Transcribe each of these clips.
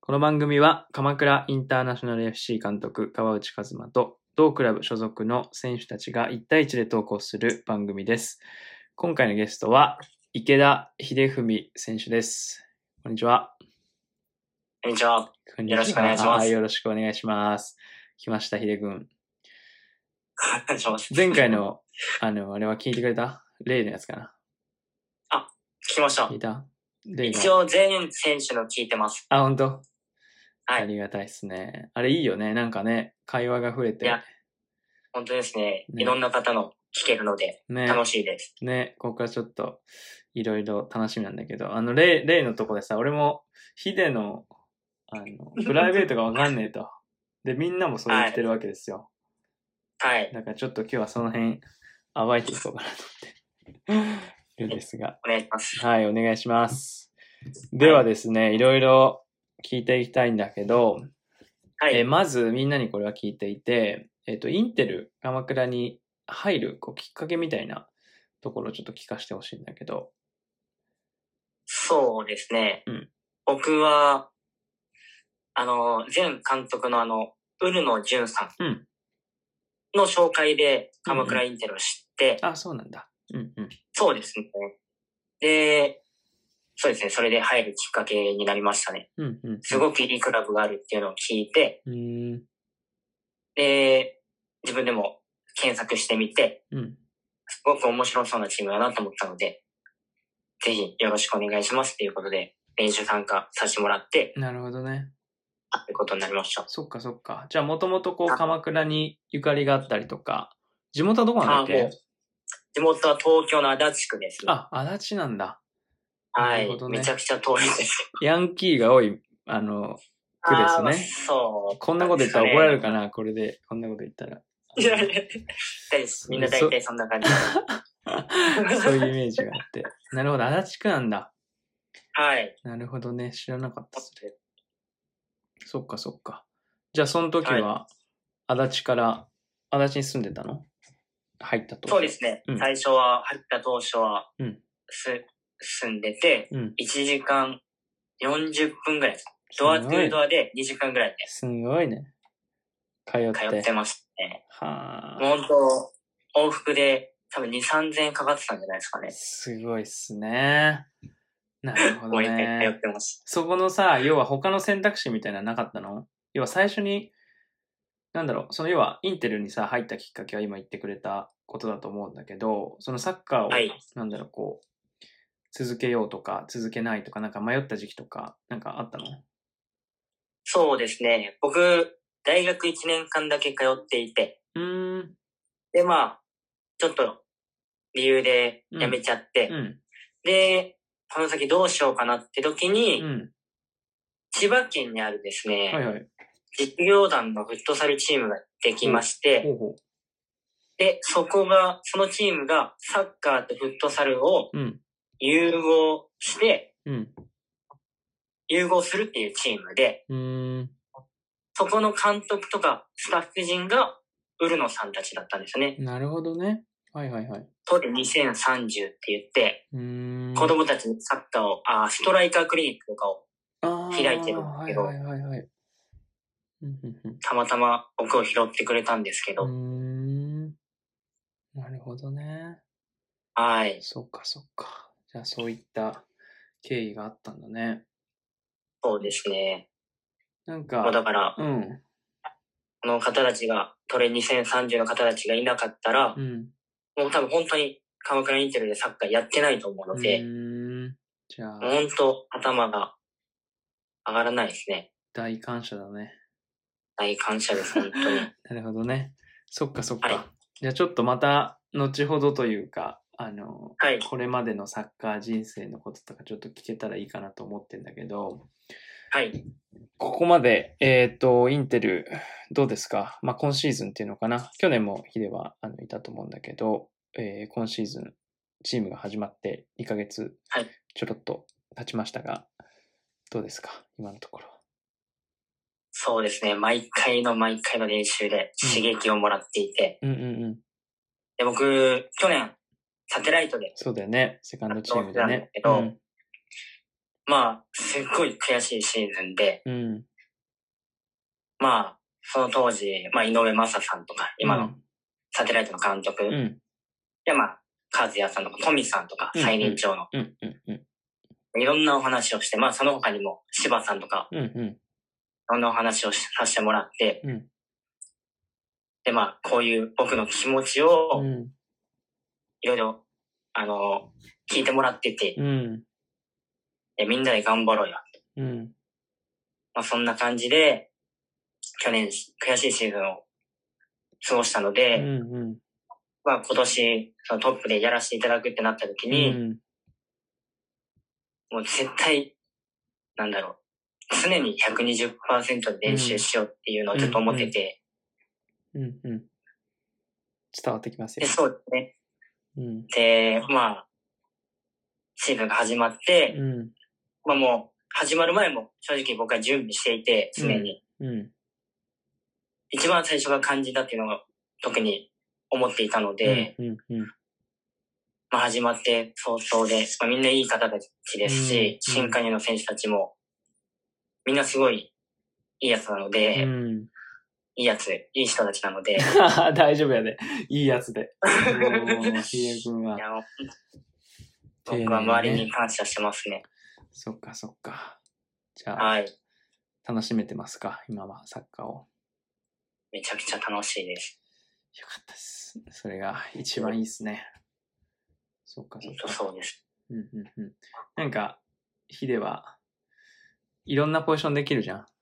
この番組は鎌倉インターナショナル FC 監督川内和馬と同クラブ所属の選手たちが1対1で投稿する番組です。今回のゲストは池田秀文選手です。こんにちは。 こんにちは。よろしくお願いします。 よろしくお願いします。来ました、秀君。 お願いします。 前回の、あれは聞いてくれた？例のやつかな。 聞きました。 聞いた？ 一応全選手の聞いてます。 本当？ はい。 ありがたいですね。あれいいよね。なんかね、会話が増えて。 いや、本当ですね。いろんな方の聞けるので、楽しいです。 ね、ここからちょっと、いろいろ楽しみなんだけど、例のとこでさ、俺も、ヒデの、プライベートがわかんねえと。で、みんなもそう言ってるわけですよ。 はい。 だからちょっと今日はその辺、暴いていこうかなと思ってるんですが。 お願いします。 はい、お願いします。ではですね、いろいろ聞いていきたいんだけど、 はい。 まずみんなにこれは聞いていて、インテル鎌倉に入るきっかけみたいなところをちょっと聞かせてほしいんだけど。 そうですね。 うん、 僕は、前監督の浦野淳さんの紹介で鎌倉インテルを知って、 そうなんだ。 そうですね。で、そうですね。それで入るきっかけになりましたね。すごくいいクラブがあるっていうのを聞いて、で、自分でも検索してみて、すごく面白そうなチームだなと思ったので、ぜひよろしくお願いしますっていうことで、練習参加させてもらって。 なるほどね。 ということになりました。 そっかそっか。じゃあもともと鎌倉にゆかりがあったりとか、地元はどこなんだっけ？ 地元は東京の足立区です。 足立なんだ。 はい。めちゃくちゃ遠いです。 ヤンキーが多い、区ですね。 そう。 こんなこと言ったら怒られるかな、これで。こんなこと言ったら。 いやいや、みんな大体そんな感じ。 そういうイメージがあって。なるほど、足立区なんだ。 はい。 なるほどね、知らなかったっすね。そっかそっか。じゃあその時は、足立に住んでたの？入った当初。 そうですね。最初は、入った当初は、住んでて、1時間40分ぐらいです。ドアトゥードアで2時間ぐらいです。 すごいね。通ってますね。 はぁ。本当往復で多分2、3000円かかってたんじゃないですかね。 すごいっすね。なるほどね。 通ってます。 そこのさ、要は他の選択肢みたいなのなかったの？要は最初に、要はインテルにさ、入ったきっかけは今言ってくれたことだと思うんだけど、そのサッカーを、続けようとか、続けないとか、なんか迷った時期とか、なんかあったの？ そうですね。僕、大学1年間だけ通っていて。で、ちょっと理由で辞めちゃって。で、この先どうしようかなって時に、千葉県にあるですね、実業団のフットサルチームができまして、で、そのチームがサッカーとフットサルを融合して、融合するっていうチームで、そこの監督とかスタッフ陣が浦野さんたちだったんですね。 なるほどね。はい。 当時2030って言って、子供たちにサッカーを、ストライカークリニックとかを開いてるんですけど、たまたま僕を拾ってくれたんですけど。 なるほどね。 はい。 そっか。じゃあそういった経緯があったんだね。 そうですね。 なんか、 だから、この方たちが、トレ2030の方たちがいなかったら、もう多分本当に鎌倉インテルでサッカーやってないと思うので、 じゃあ本当頭が上がらないですね。 大感謝だね。 大感謝です、本当に。 なるほどね。そっか。じゃあちょっとまた、後ほどというか、これまでのサッカー人生のこととかちょっと聞けたらいいかなと思ってんだけど、ここまで、インテル、どうですか？今シーズンっていうのかな。去年もヒデはいたと思うんだけど、今シーズン、チームが始まって2ヶ月ちょろっと経ちましたが、どうですか？今のところ。 そうですね。毎回の練習で刺激をもらっていて。で、僕、去年、サテライトで。 そうだよね。セカンドチームでね。 まあ、すっごい悔しいシーズンで、まあ、その当時、まあ、井上正さんとか、今のサテライトの監督、で、まあ、和也さんとか、富さんとか、最年長の、いろんなお話をして、まあ、その他にも、柴さんとか、いろんなお話をさせてもらって、で、まあ、こういう僕の気持ちを、いろいろ、聞いてもらってて、でみんなで頑張ろうよ。まあ、そんな感じで、去年、悔しいシーズンを過ごしたので、まあ、今年、そのトップでやらせていただくってなった時に、もう絶対、なんだろう、常に 120% で練習しようっていうのをちょっと思ってて。 伝わってきますよ。 そうですね。で、まあ、シーズンが始まって、まあもう、始まる前も正直僕は準備していて、常に。一番最初が肝心だっていうのが特に思っていたので、まあ始まって早々で、まあ、みんないい方たちですし、新加入の選手たちも、みんなすごいいいやつなので、いいやつ、いい人たちなので。 大丈夫やで。いいやつで。ひえ君は。 僕は周りに感謝してますね。 そっかそっか。じゃあ、楽しめてますか今はサッカーを。 めちゃくちゃ楽しいです。 よかったです。それが一番いいですね。そっかそっか。 そうです。 なんか、ヒデはいろんなポジションできるじゃん。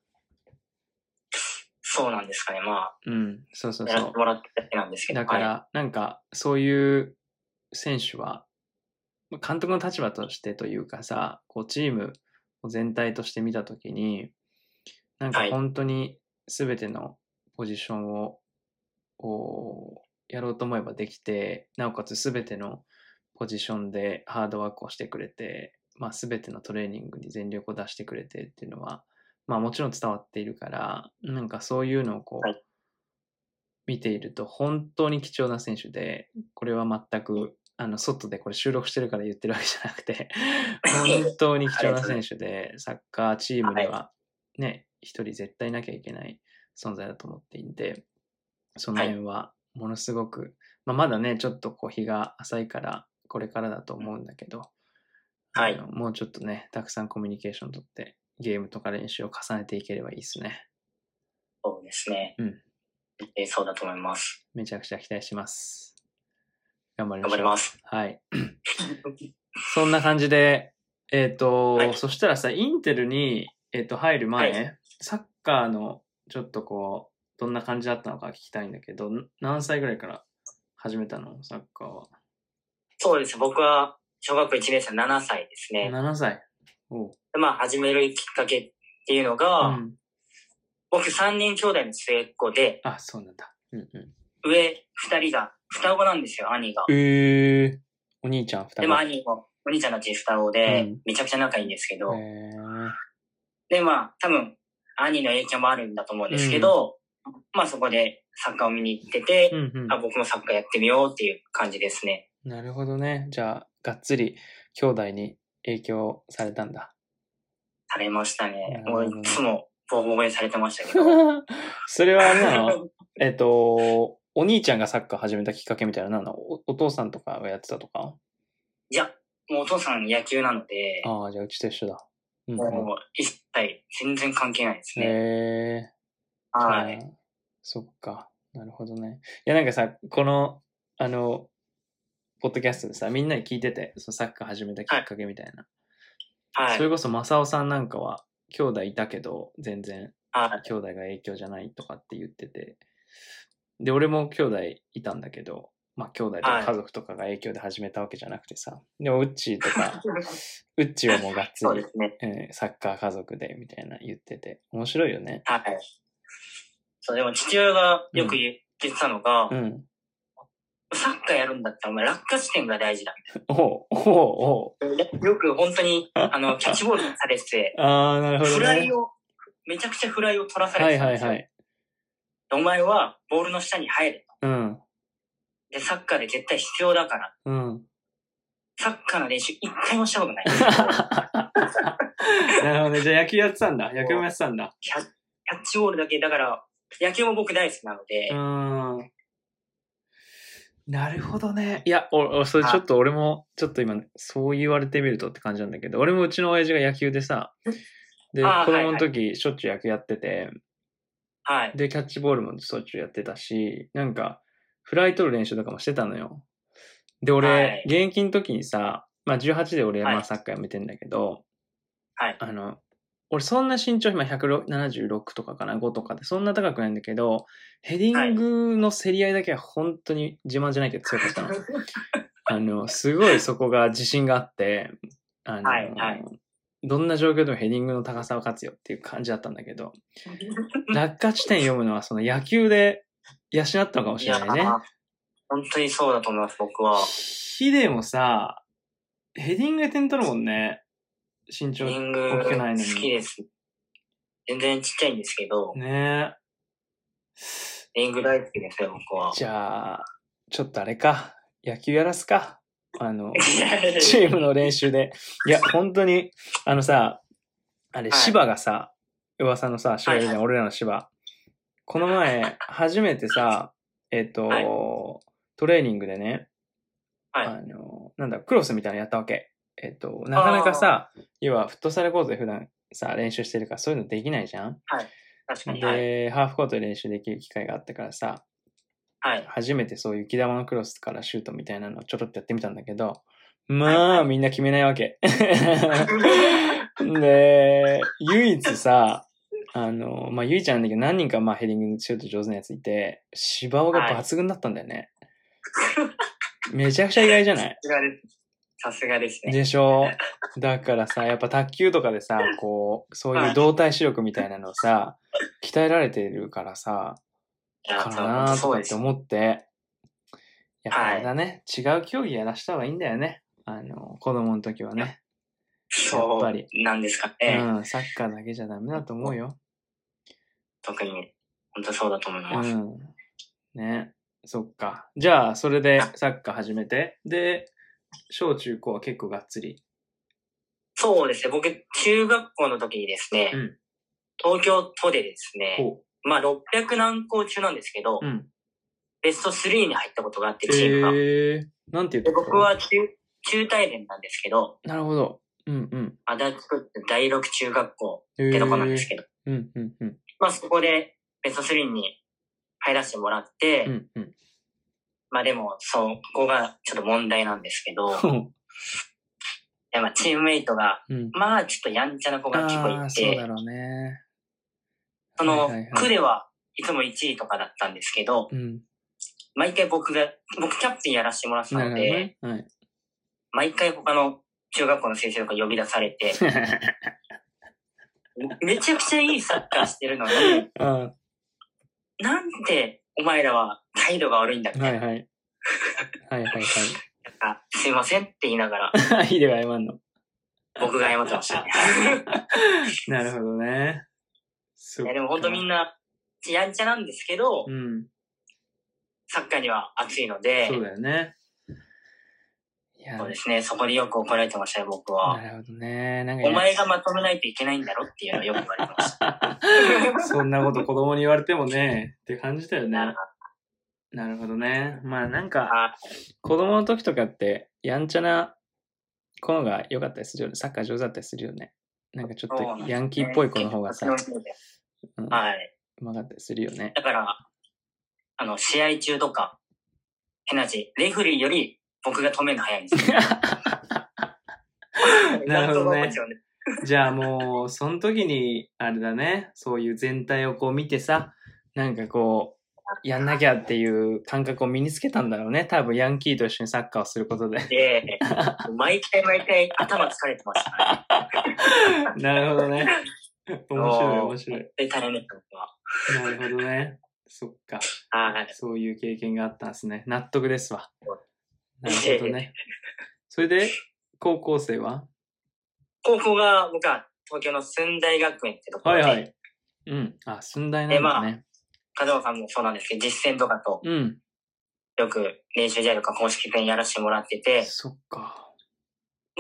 そうなんですかね。まあ。 そうそうそう。 やってもらってだけなんですけど。 だから、なんか、そういう選手は、監督の立場としてというかさ、こうチームを全体として見たときに、なんか本当に全てのポジションを、やろうと思えばできて、なおかつ全てのポジションでハードワークをしてくれて、まあ、全てのトレーニングに全力を出してくれてっていうのは、まあもちろん伝わっているから、なんかそういうのをこう、見ていると本当に貴重な選手で、これは全く外でこれ収録してるから言ってるわけじゃなくて、本当に貴重な選手で、サッカーチームにはね、一人絶対いなきゃいけない存在だと思っていて、その辺はものすごく、まだね、ちょっとこう日が浅いからこれからだと思うんだけど、もうちょっとね、たくさんコミュニケーション取ってゲームとか練習を重ねていければいいですね。 そうですね。そうだと思います。 めちゃくちゃ期待します。頑張ります。 はい。そんな感じで、そしたらさ、インテルに、入る前、サッカーのちょっとこう、どんな感じだったのか聞きたいんだけど、何歳ぐらいから始めたのサッカーは。 そうです。僕は小学校1年生7歳ですね。 7歳。 でまあ、始めるきっかけっていうのが、僕3人兄弟の末っ子で、 あ、そうなんだ。 上2人が双子なんですよ、兄が。 お兄ちゃん双子。 でも兄も、お兄ちゃんたち双子で、めちゃくちゃ仲いいんですけど、で、まあ、多分、兄の影響もあるんだと思うんですけど、まあそこでサッカーを見に行ってて、僕もサッカーやってみようっていう感じですね。 なるほどね。じゃあ、がっつり兄弟に影響されたんだ。 されましたね。もういつもボコボコにされてましたけど。 それはお兄ちゃんがサッカー始めたきっかけみたいなのはお父さんとかがやってたとか？ いや、もうお父さん野球なので。 ああ、じゃあうちと一緒だ。 もう一切全然関係ないですね。はい。 そっか。なるほどね。いやなんかさ、この、ポッドキャストでさ、みんなに聞いてて、そのサッカー始めたきっかけみたいな。はい。それこそ正雄さんなんかは、兄弟いたけど、全然、兄弟が影響じゃないとかって言ってて。で、俺も兄弟いたんだけど、まあ兄弟とか家族とかが影響で始めたわけじゃなくてさ。でも、ウッチーとか、ウッチーはもうがっつり、サッカー家族でみたいな言ってて、面白いよね。 はい。そう、でも父親がよく言ってたのが、サッカーやるんだったらお前落下地点が大事だ。よく本当に、キャッチボールされてて、なるほどね、フライを、めちゃくちゃフライを取らされてたんですよ。お前はボールの下に入れと。で、サッカーで絶対必要だから。 サッカーの練習一回もしたことない。 なるほどね。じゃあ野球やってたんだ。野球もやってたんだ。 キャッチボールだけ、だから、野球も僕大好きなので。 なるほどね。いや、それちょっと俺も、ちょっと今、そう言われてみるとって感じなんだけど、俺もうちの親父が野球でさ、で、子供の時、しょっちゅう野球やってて、 はい。 で、キャッチボールもしょっちゅうやってたし、なんか、フライ取る練習とかもしてたのよ。で、俺、現役の時にさ、まあ18で俺、まあサッカーやめてんだけど、 はい。 俺そんな身長今176とかかな、5とかで、そんな高くないんだけど、ヘディングの競り合いだけは本当に自慢じゃないけど強かったの。すごいそこが自信があって、どんな状況でもヘディングの高さは勝つよっていう感じだったんだけど、落下地点読むのはその野球で養ったのかもしれないね。 本当にそうだと思います、僕は。 ヒデもさ、ヘディングで点取るもんね。身長大きくないのに。 好きです。全然ちっちゃいんですけど。 ねヘディング大好きですよ、僕は。 じゃあ、ちょっとあれか。野球やらすか。チームの練習で。いや、本当に、さ、あれ、芝がさ、噂のさ、芝いるじゃん、俺らの芝。この前、初めてさ、トレーニングでね、クロスみたいなのやったわけ。なかなかさ、要はフットサルコートで普段さ、練習してるからそういうのできないじゃん？ はい。確かに。 で、ハーフコートで練習できる機会があったからさ、 はい。 初めてそういう浮き球のクロスからシュートみたいなのをちょろっとやってみたんだけど、まあ、みんな決めないわけ。で、唯一さ、まあ、ゆいちゃんなんだけど何人かまあヘディングのシュート上手なやついて、芝尾が抜群だったんだよね。めちゃくちゃ意外じゃない？ さすがですね。 でしょ？だからさ、やっぱ卓球とかでさ、こう、そういう動体視力みたいなのさ、鍛えられてるからさ、かなーとかって思って、やっぱあれだね、違う競技やらした方がいいんだよね。子供の時はね。 やっぱり。なんですかね。 うん、サッカーだけじゃダメだと思うよ。 特に、本当そうだと思います。うん。 ね。そっか。じゃあ、それでサッカー始めて、で、小中高は結構がっつり。 そうですね。僕、中学校の時にですね、東京都でですね、まあ600何校中なんですけど、ベスト3に入ったことがあって、チームが。なんて言った僕は中大連なんですけど、 なるほど。 足立区って第6中学校ってとこなんですけど、まあそこでベスト3に入らせてもらって、まあでも、そこがちょっと問題なんですけど、いやまあチームメイトが、まあちょっとやんちゃな子が結構いて、 そうだろうね。 その、区ではいつも1位とかだったんですけど、毎回僕キャプテンやらせてもらってたので、毎回他の中学校の先生とか呼び出されて、めちゃくちゃいいサッカーしてるのに、なんでお前らは態度が悪いんだみたいな。すいませんって言いながら。 ヒデが謝んの。 僕が謝ってましたね。 なるほどね。 いやでも本当みんなやんちゃなんですけど、サッカーには熱いので。 そうだよね。 そうですね。そこでよく怒られてましたよ、僕は。 なるほどね。 お前がまとめないといけないんだろっていうのをよく言われてました。 そんなこと子供に言われてもね、って感じだよね。なるほどね。まあなんか、子供の時とかって、やんちゃな子のが良かったりするよね。サッカー上手だったりするよね。なんかちょっとヤンキーっぽい子の方がさ、はい。うまかったりするよね。 だから、試合中とか、変な話、レフリーより僕が止めるの早いんですよ。 なるほどね。じゃあもう、その時に、あれだね、そういう全体をこう見てさ、なんかこう、やんなきゃっていう感覚を身につけたんだろうね。多分ヤンキーと一緒にサッカーをすることで。 毎回頭疲れてましたね。なるほどね。面白い。 大変だった僕は。 なるほどね。そっか。そういう経験があったんですね。納得ですわ。なるほどね。それで、高校生は？ 高校が、僕は東京の駿台学園ってところで。はいはい。 駿台なんだね。 門川さんもそうなんですけど、実践とかと、よく練習試合とか公式戦やらせてもらってて、 そっか。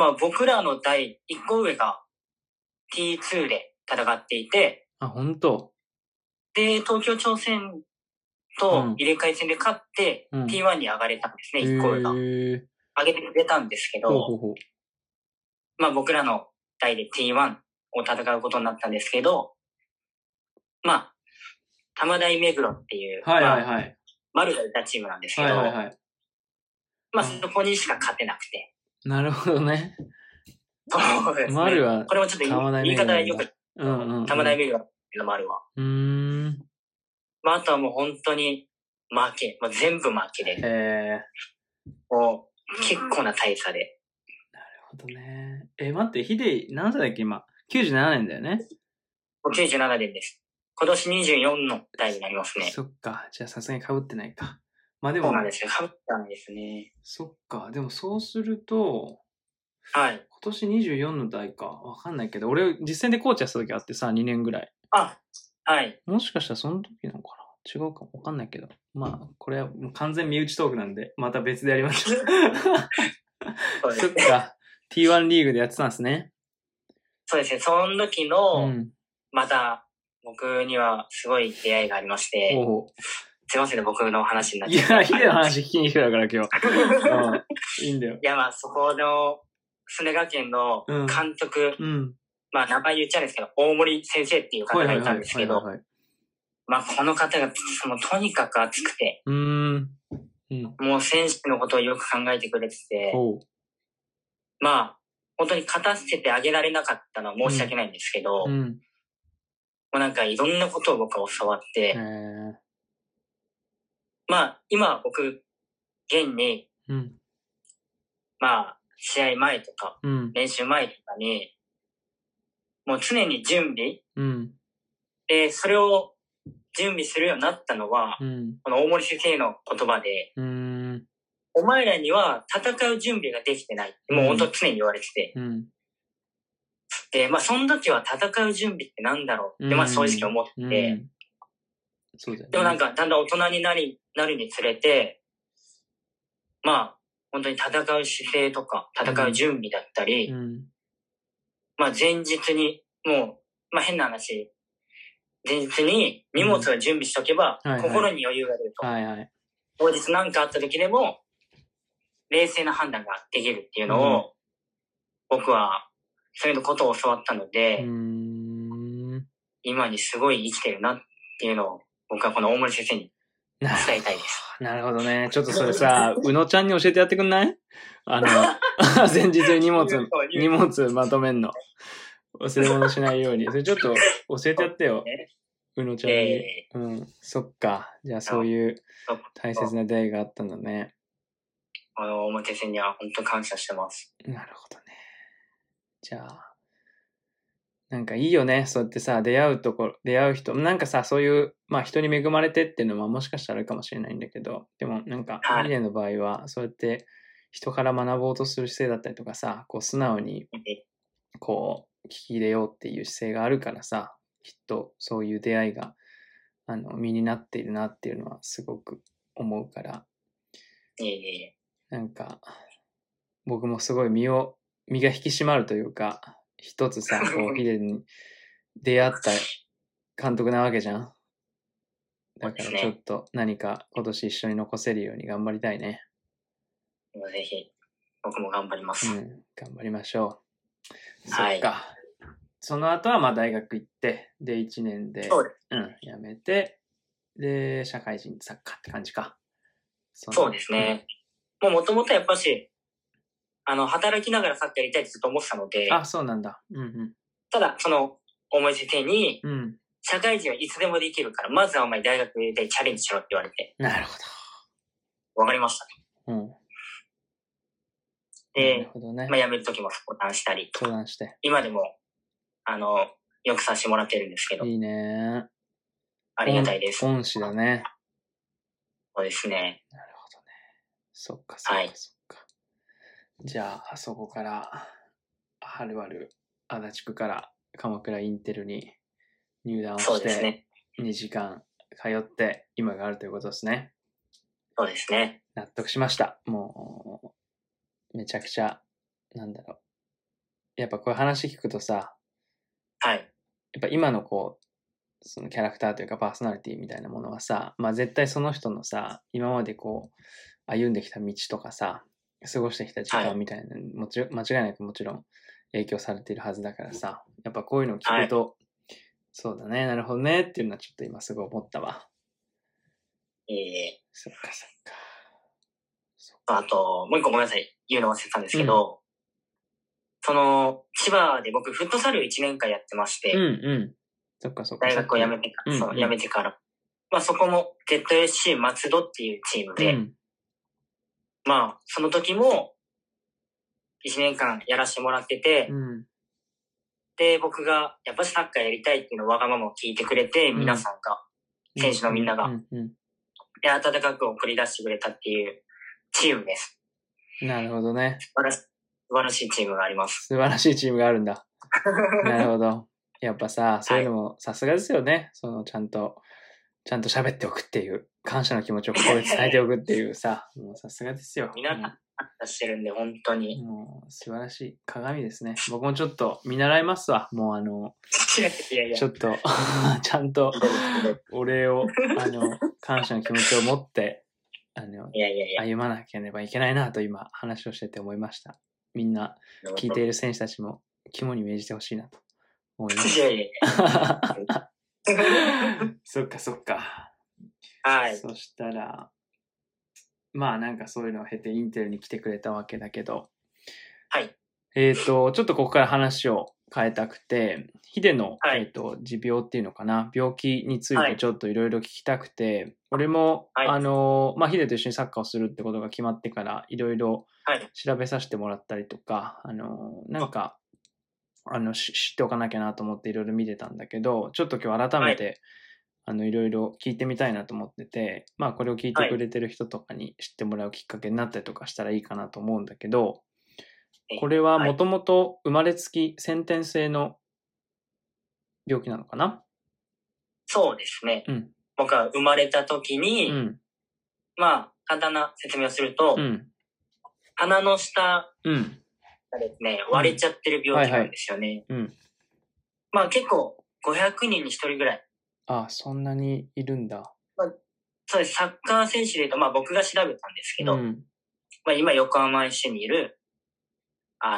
まあ僕らの代1個上が T2 で戦っていて、 あ、本当。 で、東京挑戦と入れ替え戦で勝って、T1 に上がれたんですね、1個上が。上げてくれたんですけど、まあ僕らの代で T1 を戦うことになったんですけど、まあ、玉大目黒っていう、 はいはいはい。 丸がいたチームなんですけど、はいはいはい、まあそこにしか勝てなくて。 なるほどね。 そうですね。 丸は、 これもちょっと言い方よく、玉大目黒の丸は。まああとはもう本当に負け、まあ、全部負けで。もう結構な大差で。 なるほどね。待って、ヒデ、何歳だっけ今。97年だよね。 97年です。今年24の代になりますね。 そっか。じゃあさすがに被ってないか。まあでも。 そうなんですよ。被ったんですね。 そっか。でもそうすると、 はい。 今年24の代か。わかんないけど、俺実戦でコーチやった時あってさ、2年ぐらい。 あ、はい。 もしかしたらその時なのかな。違うかもわかんないけど。まあ、これはもう完全身内トークなんで、また別でやりましょう。そっか。T1 リーグでやってたんですね。 そうですね。その時の、また、僕にはすごい出会いがありまして、すいませんね、僕の話になっちゃう。 いや、ヒデの話聞きに来たから今日。いいんだよ。 いや、まあ、そこの、sna学園の監督、まあ、名前言っちゃうんですけど、大森先生っていう方がいたんですけど、まあ、この方が、とにかく熱くて、もう選手のことをよく考えてくれてて、まあ、本当に勝たせてあげられなかったのは申し訳ないんですけど、もうなんかいろんなことを僕は教わって、まあ、今僕、現に、まあ、試合前とか、練習前とかに、もう常に準備、で、それを準備するようになったのは、この大森先生の言葉で、お前らには戦う準備ができてない。もう本当常に言われてて。で、まあその時は戦う準備ってなんだろうって、まあ正直思ってて。そうだよね。でもなんかだんだん大人になるにつれて、まあ本当に戦う姿勢とか、戦う準備だったり、まあ前日に、もう、まあ変な話、前日に荷物を準備しとけば、心に余裕が出ると。当日何かあった時でも、冷静な判断ができるっていうのを、僕はそういうことを教わったので、今にすごい生きてるなっていうのを、僕はこの大森先生に伝えたいです。 なるほどね。ちょっとそれさ、宇野ちゃんに教えてやってくんない？前日に荷物まとめんの。忘れ物しないように。それちょっと教えてやってよ。宇野ちゃんに。そっか。じゃあそういう大切な出会いがあったんだね。 大森先生には本当感謝してます。 なるほどね。じゃあ、なんかいいよね。そうやってさ、出会う人。なんかさ、そういう、まあ人に恵まれてっていうのはもしかしたらあるかもしれないんだけど、でもなんか、ヒデの場合は、そうやって人から学ぼうとする姿勢だったりとかさ、こう素直に、こう、聞き入れようっていう姿勢があるからさ、きっとそういう出会いが、身になっているなっていうのはすごく思うから、なんか、僕もすごい身が引き締まるというか、一つさ、こう、ヒデに出会った監督なわけじゃん。だからちょっと何か今年一緒に残せるように頑張りたいね。 ぜひ、僕も頑張ります。 頑張りましょう。そっか。その後はまあ大学行って、で、1年で、辞めて、で、社会人サッカーって感じか。 そうですね。もともとやっぱし、働きながらサッカーやりたいってずっと思ってたので。 あ、そうなんだ。 ただ、大森先生に、社会人はいつでもできるから、まずはお前大学でチャレンジしろって言われて。 なるほど。わかりました。で、まあ辞めるときも相談したり。 相談して。 今でも、よくさせてもらってるんですけど。 いいね。 ありがたいです。 恩師だね。 そうですね。 なるほどね。そっか、そっか、そっか。じゃあ、そこから、はるばる、足立区から鎌倉インテルに入団をして、2時間通って今があるということですね。 そうですね。 納得しました。もう、めちゃくちゃ、なんだろやっぱこういう話聞くとさ、 はい。 やっぱ今のこう、そのキャラクターというかパーソナリティみたいなものはさ、まあ絶対その人のさ、今までこう、歩んできた道とかさ、過ごしてきた時間みたいな、間違いなくもちろん影響されているはずだからさ、やっぱこういうのを聞くと、そうだね、なるほどねっていうのはちょっと今すごい思ったわ。そっかそっか。あと、もう一個ごめんなさい、言うの忘れたんですけど、その、千葉で僕フットサル1年間やってまして、 そっかそっか。 大学を辞めてから。まあそこも ZSC 松戸っていうチームで、まあその時も1年間やらせてもらってて、で、僕がやっぱりサッカーやりたいっていうのをわがままを聞いてくれて、皆さんが、選手のみんなが、で、温かく送り出してくれたっていうチームです。 なるほどね。 素晴らしいチームがあります。 素晴らしいチームがあるんだ。なるほど。やっぱさ、そういうのもさすがですよね。そのちゃんと喋っておくっていう、感謝の気持ちをここで伝えておくっていうさ、もうさすがですよ。 みんな感謝してるんで、本当に。 もう素晴らしい鏡ですね。僕もちょっと見習いますわ。もうちょっと、ちゃんとお礼を、感謝の気持ちを持って、歩まなければいけないなと今話をしてて思いました。みんな聞いている選手たちも肝に銘じてほしいなと思います。そっかそっか。 はい。 そしたら、まあなんかそういうのを経てインテルに来てくれたわけだけど、 はい。 ちょっとここから話を変えたくて、ヒデの、持病っていうのかな、病気についてちょっといろいろ聞きたくて、俺も、まあヒデと一緒にサッカーをするってことが決まってからいろいろ調べさせてもらったりとか、なんか、知っておかなきゃなと思っていろいろ見てたんだけど、ちょっと今日改めて、いろいろ聞いてみたいなと思ってて、まあこれを聞いてくれてる人とかに知ってもらうきっかけになったりとかしたらいいかなと思うんだけど、これはもともと生まれつき先天性の病気なのかな？ そうですね。僕は生まれた時に、まあ簡単な説明をすると、鼻の下がですね、割れちゃってる病気なんですよね。まあ結構500人に1人ぐらい。 あ、そんなにいるんだ。 まあ、そうです。サッカー選手で言うと、まあ僕が調べたんですけど、まあ今横浜 FC にいる、や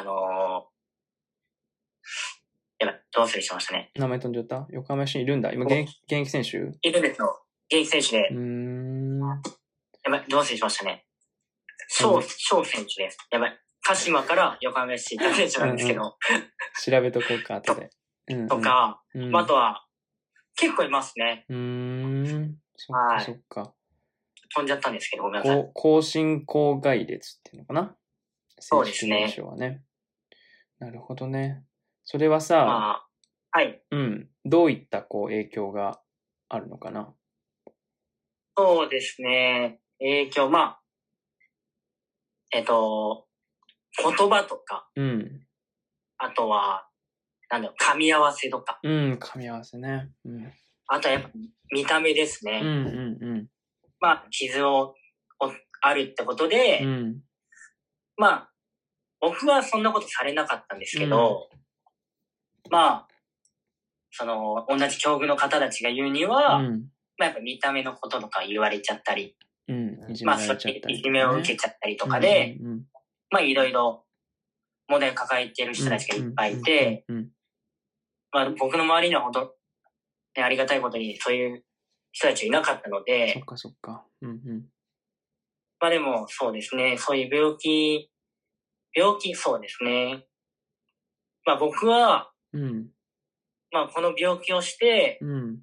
ばい、どうするしましたね。 名前飛んじゃった？横浜 FC にいるんだ。今現役選手？ いるんですよ。現役選手で。やばい、どうするしましたね。翔選手です。やばい。鹿島から横浜 FC 行った選手なんですけど。 調べとこうか、後で。 とか、あとは、結構いますね。 そっかそっか。 飛んじゃったんですけど、ごめんなさい。 高進行外列っていうのかな？ そうですね。 正式名称はね。なるほどね。それはさ、 はい。 どういった影響があるのかな？ そうですね。影響、まあ、言葉とか、あとは、噛み合わせとか。 噛み合わせね。 あとはやっぱ見た目ですね。まあ、傷をあるってことで、まあ、僕はそんなことされなかったんですけど、まあ、同じ境遇の方たちが言うには、まあやっぱ見た目のこととか言われちゃったり、まあ、いじめを受けちゃったりとかで、まあいろいろ問題を抱えている人たちがいっぱいいて、まあ僕の周りには本当、ありがたいことにそういう人たちはいなかったので、 そっかそっか。 まあでもそうですね、そういう病気、そうですね。まあ僕は、まあこの病気をして、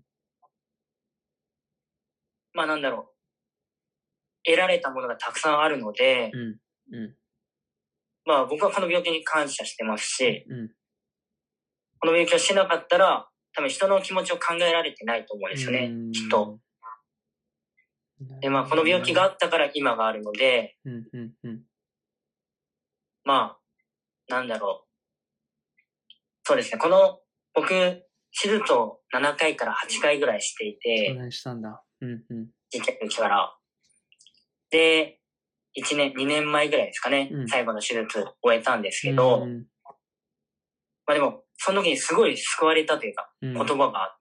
まあなんだろう、得られたものがたくさんあるので、まあ僕はこの病気に感謝してますし、この病気をしなかったら、多分人の気持ちを考えられてないと思うんですよね、きっと。で、まあこの病気があったから今があるので、まあ、なんだろう。そうですね、僕、手術を7回から8回ぐらいしていて、 そんなにしたんだ。 ちっちゃい時から。で、2年前ぐらいですかね、最後の手術を終えたんですけど、 まあでも、その時にすごい救われたというか、言葉があって、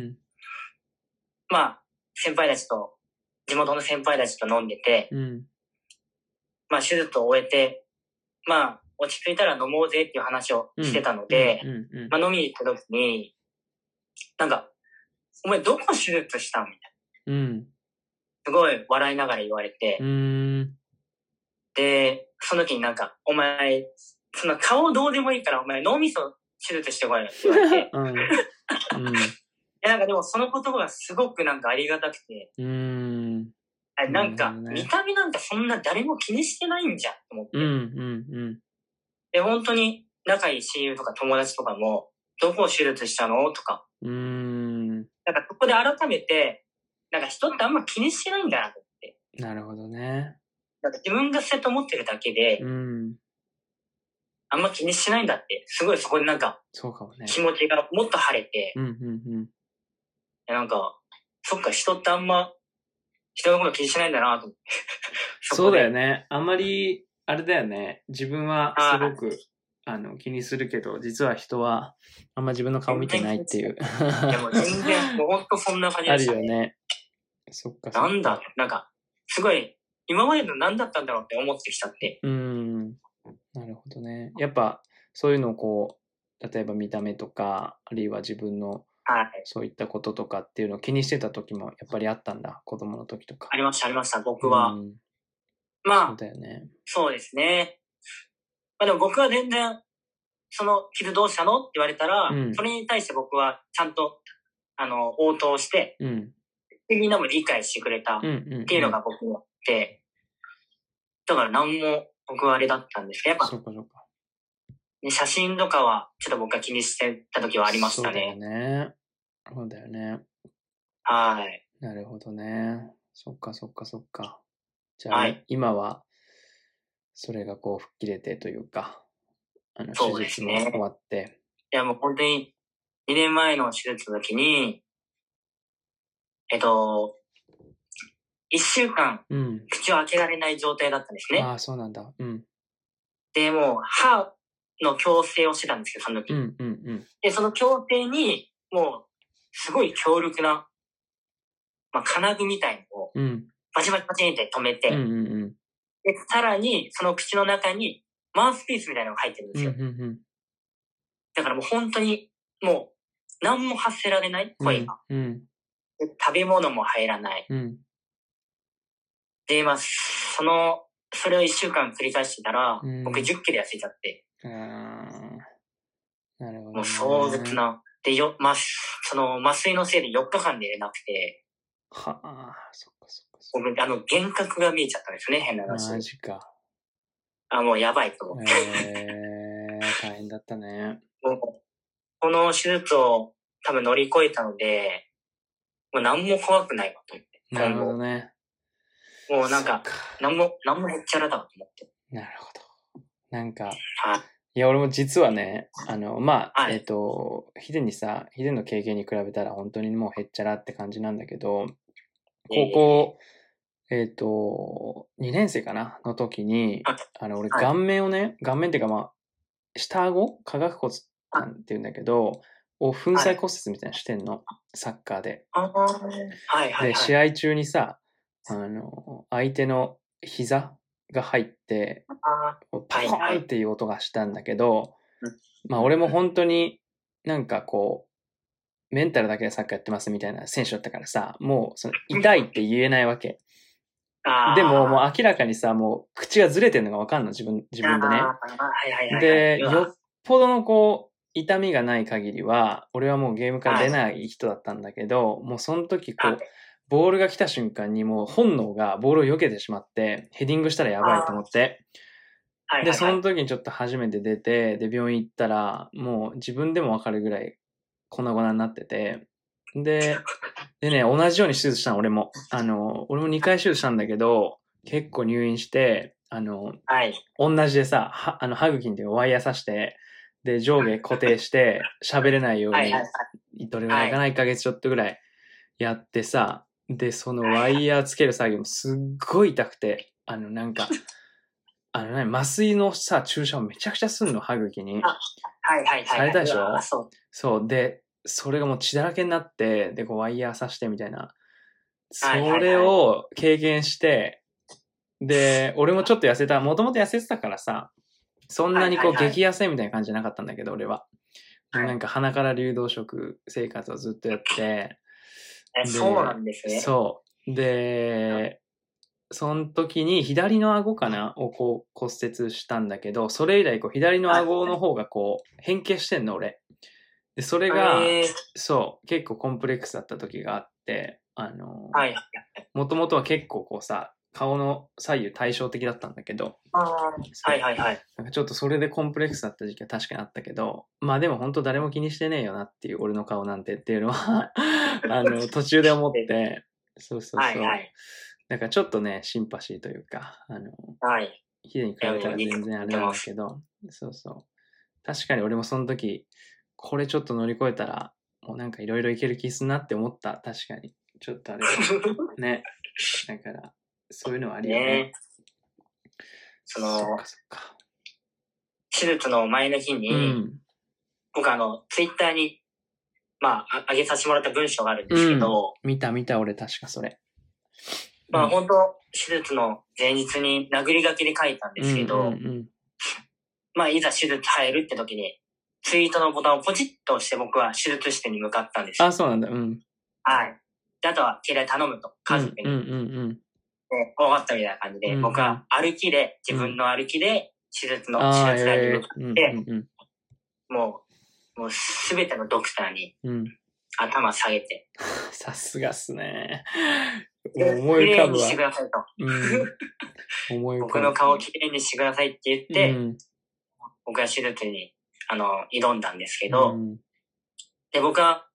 まあ、地元の先輩たちと飲んでて、まあ手術を終えて、まあ落ち着いたら飲もうぜっていう話をしてたので、まあ飲みに行った時に、なんか、お前どこ手術したんみたいな。すごい笑いながら言われて、で、その時になんか、お前、その顔どうでもいいから、お前脳みそ手術してこいよって言われて、なんかでもその言葉がすごくなんかありがたくて、なんか見た目なんかそんな誰も気にしてないんじゃんと思って。で、本当に仲いい親友とか友達とかも、どこを手術したのとか。なんかそこで改めて、なんか人ってあんま気にしてないんだなと思って。 なるほどね。 なんか自分がそうやって思ってるだけで、あんま気にしないんだって、すごいそこでなんか、 そうかもね。 気持ちがもっと晴れて、なんか、そっか、人ってあんま、人のこと気にしないんだなと思って。 そうだよね。あんまり、あれだよね。自分はすごく、気にするけど、実は人は、あんま自分の顔見てないっていう。 いやもう全然、もうほんとそんな感じでしたね。 あるよね。そっか。 なんだ、なんか、すごい、今までの何だったんだろうって思ってきちゃって。 なるほどね。やっぱ、そういうのをこう、例えば見た目とか、あるいは自分の、そういったこととかっていうのを気にしてた時もやっぱりあったんだ。子供の時とか。 ありました、ありました、僕は。まあ、 そうだよね。 そうですね。まあでも僕は全然、その傷どうしたのって言われたら、それに対して僕はちゃんと、応答して、で、みんなも理解してくれたっていうのが僕で、だから何も僕はあれだったんですけど、やっぱ、 そうかそうか。 写真とかはちょっと僕が気にしてた時はありましたね。 そうだよね。そうだよね。 はい。 なるほどね。そっかそっかそっか。じゃあ、今は、それがこう吹っ切れてというか、手術も終わって。 いやもう本当に2年前の手術の時に、1週間、口を開けられない状態だったんですね。 ああ、そうなんだ。 で、もう歯の矯正をしてたんですけど、その時。で、その矯正に、もう、すごい強力な、まあ、金具みたいのを、バチバチバチって止めて、で、さらに、その口の中に、マウスピースみたいなのが入ってるんですよ。だからもう本当に、もう、何も発せられない声が。で食べ物も入らない。で、まあ、それを1週間繰り返してたら、僕10キロ痩せちゃって。 なるほど、ね。 もう壮絶な。で、その麻酔のせいで4日間寝れなくて。 はあ、そっかそっか。 僕、幻覚が見えちゃったんですね、変な話。 マジか。 もうやばいと思って。 大変だったね。 もう、この手術を多分乗り越えたので、もう何も怖くないわと思って。 なるほどね。 もうなんか、何もへっちゃらだわと思って。 なるほど。なんか、いや、俺も実はね、まあ、ヒデの経験に比べたら本当にもうへっちゃらって感じなんだけど、高校、2年生かなの時に、俺顔面っていうかまあ、下顎下顎骨なんて言うんだけど、を粉砕骨折みたいなしてんの、サッカーで。で、試合中にさ、相手の膝が入って、パコーンっていう音がしたんだけど、まあ俺も本当になんかこう、メンタルだけでサッカーやってますみたいな選手だったからさ、もうその痛いって言えないわけ。でももう明らかにさ、もう口がずれてるのがわかんの、自分でね。で、よっぽどのこう、痛みがない限りは、俺はもうゲームから出ない人だったんだけど、もうその時こう、ボールが来た瞬間にもう本能がボールを避けてしまって、ヘディングしたらやばいと思って。で、その時にちょっと初めて出て、で、病院行ったら、もう自分でもわかるぐらい粉々になってて、でね、同じように手術したの、俺も。俺も2回手術したんだけど、結構入院して、同じでさ、歯茎っていうワイヤー刺して、で、上下固定して、喋れないように、どれぐらいかな、1ヶ月ちょっとぐらいやってさ、で、そのワイヤーつける作業もすっごい痛くて、なんか、 麻酔のさ、注射をめちゃくちゃすんの、歯茎に。 はい。 されたでしょ？そう。で、それがもう血だらけになって、で、ワイヤー刺してみたいな。それを経験して、で、俺もちょっと痩せた。もともと痩せてたからさ、そんなに激痩せみたいな感じじゃなかったんだけど、俺は。なんか鼻から流動食生活をずっとやって、 そうなんですね。 そう。で、その時に左の顎かなを骨折したんだけど、それ以来左の顎の方が変形してんの、俺。で、それが、そう、結構コンプレックスだった時があって、もともとは結構顔の左右対称的だったんだけど、なんかちょっとそれでコンプレックスだった時期は確かにあったけど、まあでも本当誰も気にしてねえよなっていう、俺の顔なんてっていうのは途中で思って、そう。なんかちょっとね、シンパシーというか、ヒデに比べたら全然あれなんだけど、そう。確かに俺もその時、これちょっと乗り越えたら、もうなんかいろいろいける気すんなって思った。確かに。ちょっとあれね。だから、そういうのはあるよね。 そっか。手術の前の日に、僕ツイッターに、上げさせてもらった文章があるんですけど、 見た、俺確かそれ。 本当手術の前日に殴り書きで書いたんですけど、いざ手術入るって時に、ツイートのボタンをポチッと押して僕は手術室に向かったんですよ。 そうなんだ。 はい。で、あとは携帯頼むと、家族に。で、分かったみたいな感じで、僕は自分の歩きで、手術台に向かって、もうすべてのドクターに、頭下げて。 さすがっすね。 思い浮かぶわ。綺麗にしてくださいと。僕の顔を綺麗にしてくださいって言って、僕は手術に、挑んだんですけど、で、僕は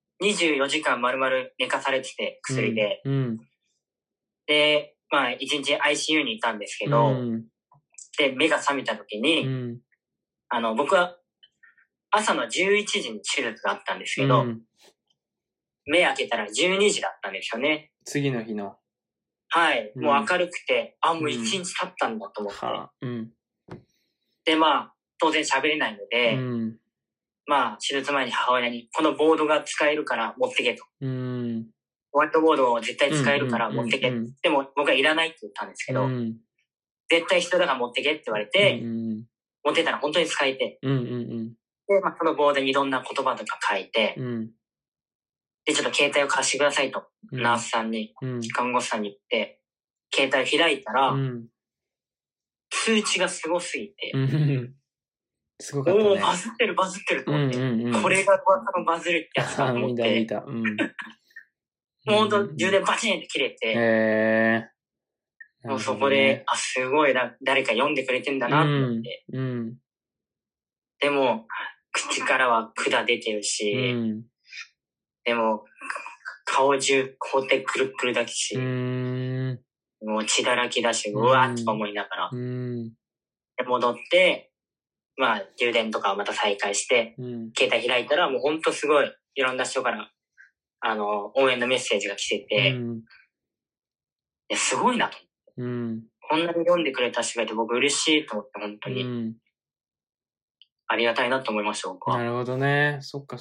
24時間丸々寝かされてて、薬で。で、1日 ICU にいたんですけど、で、目が覚めた時に、僕は朝の11時に手術があったんですけど、目開けたら12時だったんですよね。 次の日の。 はい。もう明るくて、もう1日経ったんだと思って。で、当然喋れないので、手術前に母親に、このボードが使えるから持ってけと。ホワイトボードを絶対使えるから持ってけ。でも僕はいらないって言ったんですけど、絶対必要だから持ってけって言われて、持ってたら本当に使えて、で、そのボードにいろんな言葉とか書いて、で、ちょっと携帯を貸してくださいと、ナースさんに、看護師さんに言って、携帯を開いたら、通知がすごすぎて、 すごかったね。 バズってると思って、これが噂のバズるってやつだと思って、 見た。 もうほんと充電バチンって切れて、もうそこで、すごい誰か読んでくれてんだなって思って。でも、口からは管出てるし、でも、顔中凍ってくるくるだけし、もう血だらけだし、うわーっと思いながら。で、戻って、充電とかをまた再開して、携帯開いたらもうほんとすごい、いろんな人から、応援のメッセージが来てて、すごいなと。こんなに読んでくれた人がいて僕嬉しいと思って、本当に。ありがたいなと思いました、僕は。 なるほどね。そっか。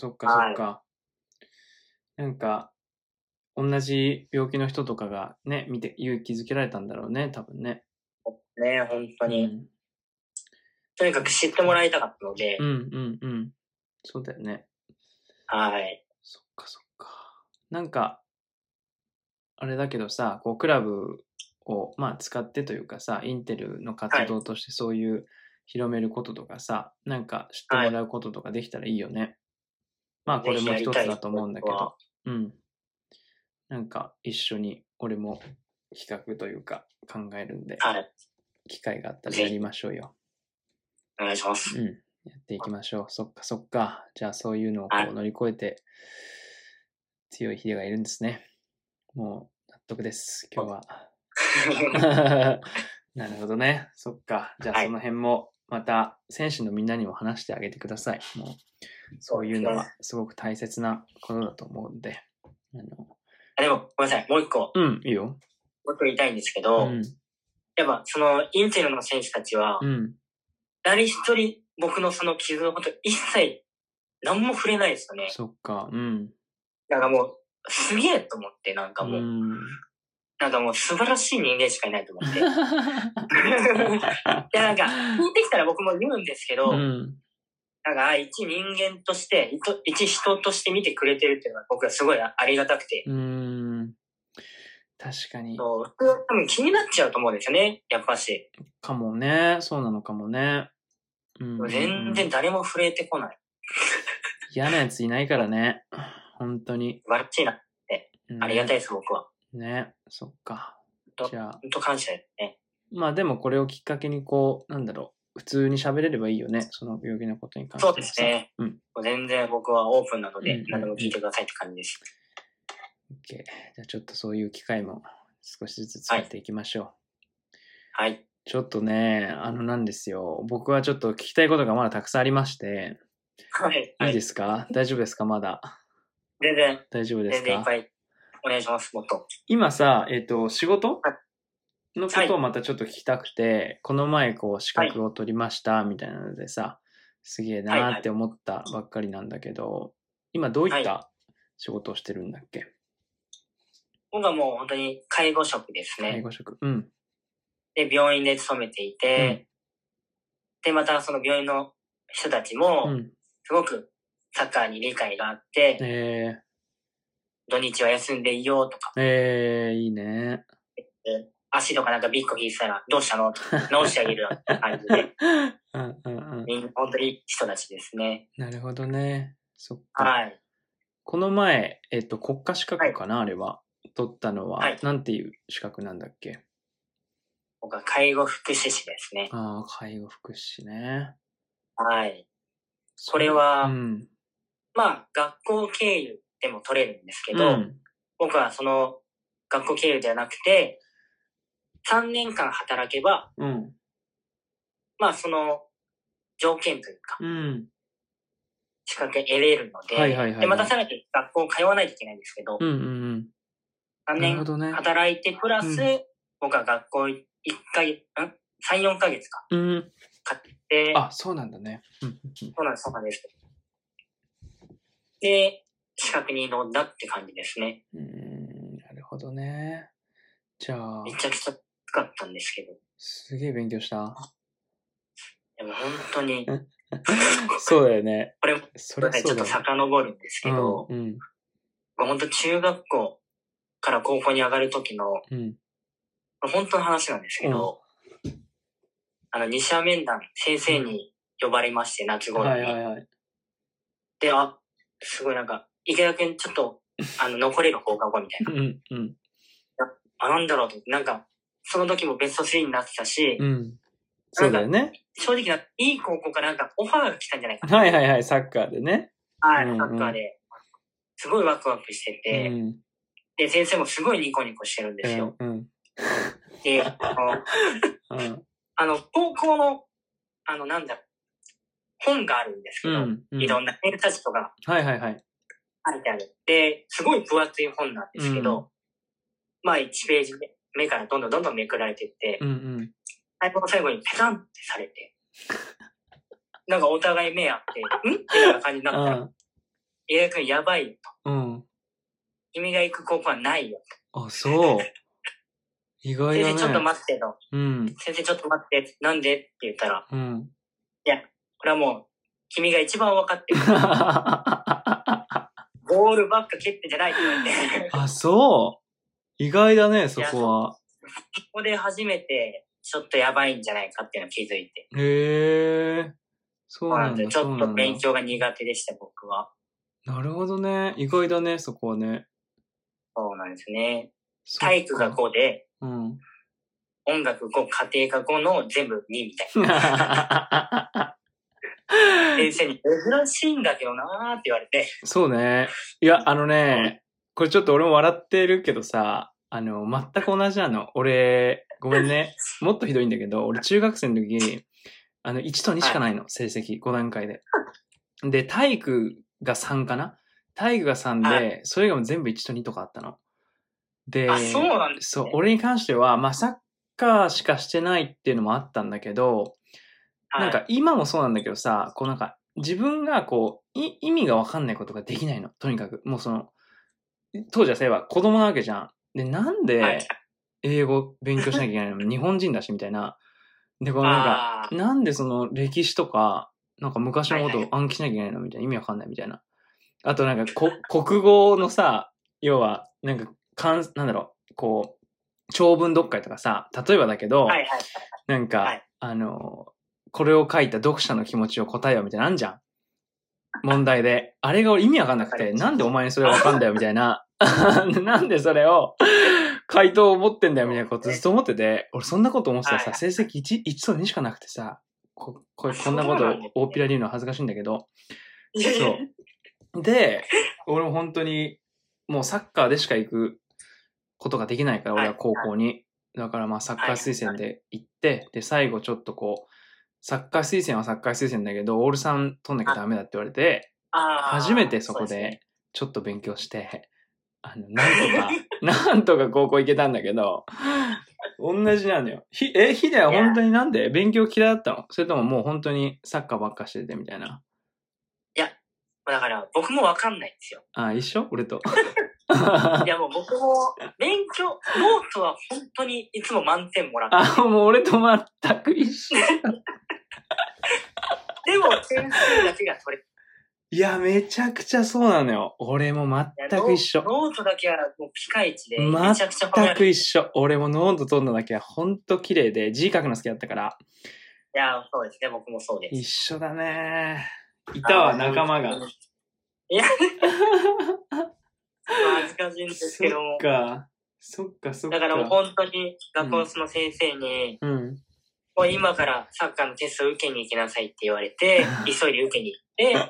なんか、同じ病気の人とかがね、見て勇気づけられたんだろうね、多分ね。 ね、本当に。とにかく知ってもらいたかったので。 そうだよね。 はい。 そっか。なんか、あれだけどさ、クラブを、使ってというかさ、インテルの活動としてそういう広めることとかさ、なんか知ってもらうこととかできたらいいよね。これも一つだと思うんだけど。なんか一緒に俺も企画というか考えるんで、機会があったらやりましょうよ。 お願いします。 やっていきましょう。そっか。じゃあそういうのを乗り越えて強いヒデがいるんですね。もう納得です、今日は。なるほどね。そっか。じゃあその辺もまた選手のみんなにも話してあげてください。もうそういうのはすごく大切なことだと思うんで。 でも、ごめんなさい。もう一個。 いいよ。 もう一個言いたいんですけど、 やっぱそのインテルの選手たちは、誰一人僕のその傷のこと一切何も触れないですよね。 そっか。 なんかもう、すげえと思って、なんかもう、なんかもう素晴らしい人間しかいないと思って。いや、なんか、聞いてきたら僕も言うんですけど、なんか、一人間として、一人として見てくれてるっていうのは僕はすごいありがたくて。 確かに。 そう。多分気になっちゃうと思うんですよね、やっぱし。 かもね。そうなのかもね。 全然誰も触れてこない。 嫌なやついないからね。本当に。 素晴らしいなって。ありがたいです、僕は。 ね。そっか。 じゃあ。本当感謝ですね。 まあでもこれをきっかけにこう、なんだろう。普通に喋れればいいよね。その病気のことに関しては。 そうですね。全然僕はオープンなので、何でも聞いてくださいって感じです。 OK。じゃあちょっとそういう機会も少しずつ使っていきましょう。 はい。 ちょっとね、なんですよ。僕はちょっと聞きたいことがまだたくさんありまして。 はい。 いいですか？大丈夫ですか？まだ。 全然。 大丈夫ですか？ 全然いっぱいお願いします、もっと。 今さ、仕事のことをまたちょっと聞きたくて、この前こう資格を取りましたみたいなのでさ、すげえなーって思ったばっかりなんだけど、今どういった仕事をしてるんだっけ？ 僕はもう本当に介護職ですね。 介護職。 で、病院で勤めていて、で、またその病院の人たちも、すごくサッカーに理解があって、土日は休んでいいよとか。 いいね。 足とかなんかビッコ引いてたら、どうしたのと直してあげるよって感じで。みんな本当にいい人たちですね。 なるほどね。そっか。 はい。 この前、国家資格かな、あれは。取ったのは、なんていう資格なんだっけ？ 僕は介護福祉士ですね。 ああ、介護福祉ね。 はい。これは、まあ、学校経由でも取れるんですけど、僕はその学校経由ではなくて、3年間働けば、まあ、その条件というか、資格得れるので、で、またさらに学校通わないといけないんですけど、3年働いてプラス、僕は学校1回、3、4ヶ月か。買って。 あ、そうなんだね。 そうなんです、そうなんです。で、資格に挑んだって感じですね。 なるほどね。じゃあ。 めちゃくちゃ使ったんですけど。 すげえ勉強した。 でも本当に。 そうだよね。 これも、ちょっと遡るんですけど、本当中学校から高校に上がる時の、本当の話なんですけど、二者面談先生に呼ばれまして、夏頃に。で、すごいなんか、池田くんちょっと、残れる放課後みたいな。なんだろうと思って、なんか、その時もベスト3になってたし、 そうだよね。 正直いい高校からなんかオファーが来たんじゃないかな。 はい、サッカーでね。 はい、サッカーで。すごいワクワクしてて、で、先生もすごいニコニコしてるんですよ。で、高校の、なんだろう、本があるんですけど、いろんな偏差値とか、書いてある。で、すごい分厚い本なんですけど、まあ1ページ目からどんどんめくられていって、最後にペタンってされて、なんかお互い目あって、っていうような感じになったら、池田くんやばいよと。君が行く高校はないよと。あ、そう。意外だね。 先生ちょっと待ってと。先生ちょっと待って。なんでって言ったら、いや、これはもう、君が一番分かってる。ボールばっか蹴ってじゃないって言われて。 あ、そう。意外だね、そこは。 ここで初めて、ちょっとやばいんじゃないかっていうのを気づいて。 へえ。そうなんだ。 ちょっと勉強が苦手でした、僕は。 なるほどね。意外だね、そこはね。 そうなんですね。体育が5で、音楽5、家庭科5の全部2みたいな。先生に珍しいんだけどなーって言われて。 そうね。いや、これちょっと俺も笑ってるけどさ、全く同じなの。俺、ごめんね。もっとひどいんだけど、俺中学生の時、1と2しかないの、成績、5段階で。で、体育が3かな？体育が3で、それがも全部1と2とかあったの。で、 そうなんですね。 そう、俺に関しては、まあ、サッカーしかしてないっていうのもあったんだけど、なんか今もそうなんだけどさ、こうなんか自分がこう、意味がわかんないことができないの。とにかく。もうその、当時はそういえば子供なわけじゃん。で、なんで英語勉強しなきゃいけないの日本人だしみたいな。で、このなんか、なんでその歴史とか、なんか昔のことを暗記しなきゃいけないのみたいな。意味わかんないみたいな。あとなんか国語のさ、要は、なんか、なんだろう、こう、長文読解とかさ、例えばだけど、なんか、これを書いた読者の気持ちを答えようみたいなのあんじゃん。問題で。あれが俺意味わかんなくて、なんでお前にそれわかんだよみたいな。なんでそれを回答を持ってんだよみたいなことずっと思ってて、俺そんなこと思ってたらさ、成績1と2しかなくてさ、こんなことを大っぴらに言うのは恥ずかしいんだけど、そう。で、俺も本当に、もうサッカーでしか行くことができないから、俺は高校に。だからまあサッカー推薦で行って、で、最後ちょっとこう、サッカー推薦はサッカー推薦だけど、オール3取んなきゃダメだって言われて、初めてそこでちょっと勉強して、なんとか高校行けたんだけど、同じなのよ。ヒデは本当になんで勉強嫌いだったの？それとももう本当にサッカーばっかしててみたいな。 いや、だから僕もわかんないんですよ。 一緒？俺と。 いやもう僕も勉強、ノートは本当にいつも満点もらって。 もう俺と全く一緒。 でも点数だけが取れ。 いや、めちゃくちゃそうなのよ。俺も全く一緒。 ノートだけはもうピカイチで、めちゃくちゃ全く一緒。俺もノート取るのだけはほんと綺麗で、字書くの好きだったから。 いや、そうですね。僕もそうです。 一緒だね。いたわ、仲間が。 いや、恥ずかしいんですけども。 そっか。 だからもう本当に学校の先生に、もう今からサッカーのテストを受けに行きなさいって言われて、急いで受けに行って、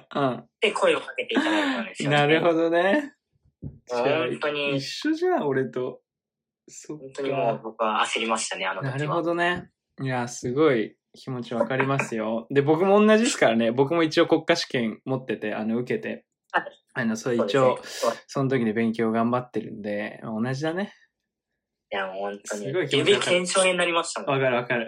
で、声をかけていただいたんですよ、ね。 なるほどね。 本当に。 一緒じゃん、俺と。 本当にもう僕は焦りましたね、あの時は。 なるほどね。いや、すごい気持ちわかりますよ。で、僕も同じですからね。僕も一応国家試験持ってて、受けて。それ一応、その時に勉強頑張ってるんで、同じだね。 いや、もう本当に。指腱鞘炎になりましたもん。 わかる。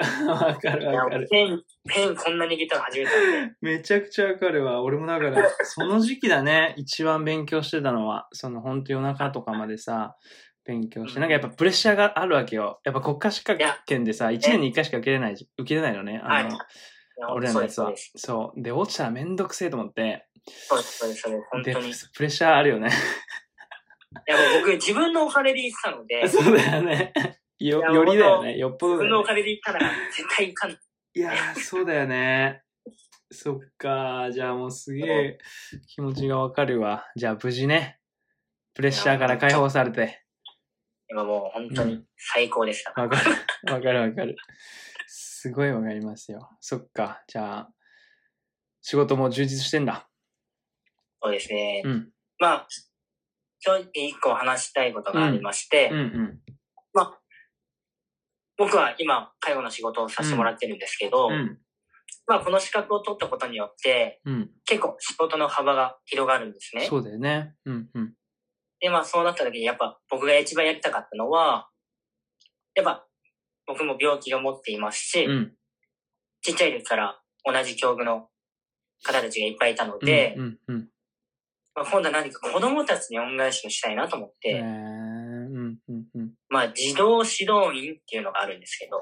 ペンこんなに握ったの初めてなんで。 めちゃくちゃわかるわ。俺もだから、その時期だね。一番勉強してたのは、本当夜中とかまでさ、勉強して。なんかやっぱプレッシャーがあるわけよ。やっぱ国家資格験でさ、1年に1回しか受けれないのね。俺らのやつは。そう。で、落ちたらめんどくせえと思って。 そうです。本当に。 プレッシャーあるよね。 いや、もう僕自分のお金で行ってたので。 そうだよね。よりだよね。よっぽどだよね。 自分のお金で行ったら絶対行かん。いやー、そうだよね。そっか。じゃあもうすげえ気持ちがわかるわ。じゃあ無事ね。プレッシャーから解放されて。 今もう本当に最高でした。 わかる。すごいわかりますよ。そっか。じゃあ、仕事も充実してんだ。 そうですね。まあ、正直一個話したいことがありまして、まあ、僕は今、介護の仕事をさせてもらってるんですけど、まあ、この資格を取ったことによって、結構仕事の幅が広がるんですね。 そうだよね。 で、まあ、そうなった時に、やっぱ僕が一番やりたかったのは、やっぱ僕も病気を持っていますし、ちっちゃい時から同じ境遇の方たちがいっぱいいたので、まあ、今度は何か子供たちに恩返しをしたいなと思って、まあ、児童指導員っていうのがあるんですけど、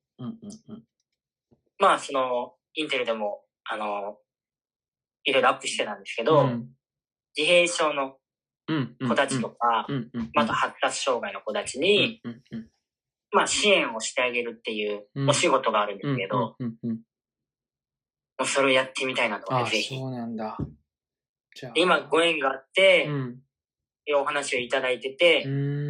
まあ、インテルでも、いろいろアップしてたんですけど、自閉症の子たちとか、また発達障害の子たちに、まあ、支援をしてあげるっていうお仕事があるんですけど、もうそれをやってみたいなと思って、ぜひ。 そうなんだ。じゃあ今、ご縁があって、お話をいただいてて、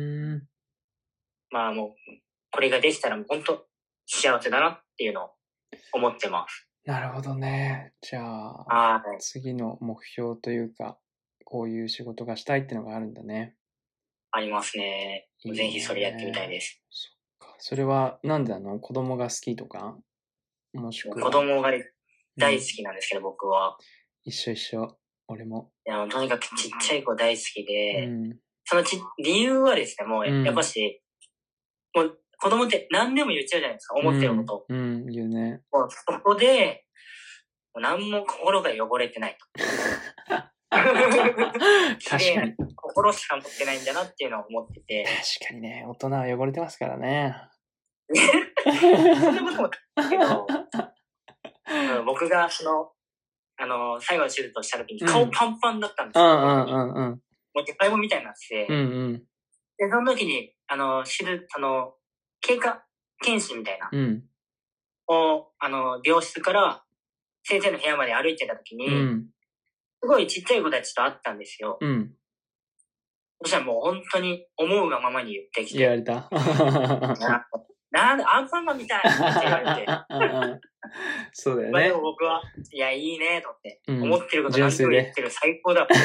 まあもう、これができたら本当幸せだなっていうのを思ってます。 なるほどね。じゃあ、次の目標というか、こういう仕事がしたいってのがあるんだね。 ありますね。ぜひそれやってみたいです。 そっか。それはなんで子供が好きとかもしくは。 子供が大好きなんですけど、僕は。 一緒。俺も。 いや、とにかくちっちゃい子大好きで、その理由はですね、もう、やっぱし、もう、 子供って何でも言っちゃうじゃないですか、思ってること。 言うね。 もうそこで、何も心が汚れてないと。 確かに。 心しか持ってないんだなっていうのを思ってて。 確かにね、大人は汚れてますからね。 そんなこともないけど、僕が最後の手術をした時に顔パンパンだったんですよ。もうでっかいもんみたいになってて。で、その時に、経過検診みたいな、を、病室から先生の部屋まで歩いてた時に、すごいちっちゃい子たちと会ったんですよ。そしたらもう本当に思うがままに言ってきて。 言われた。 なんでアンパンマンみたいって言われて。 そうだよね。 でも僕は、いや、いいね、と思って。思ってること何でも言ってる、最高だって。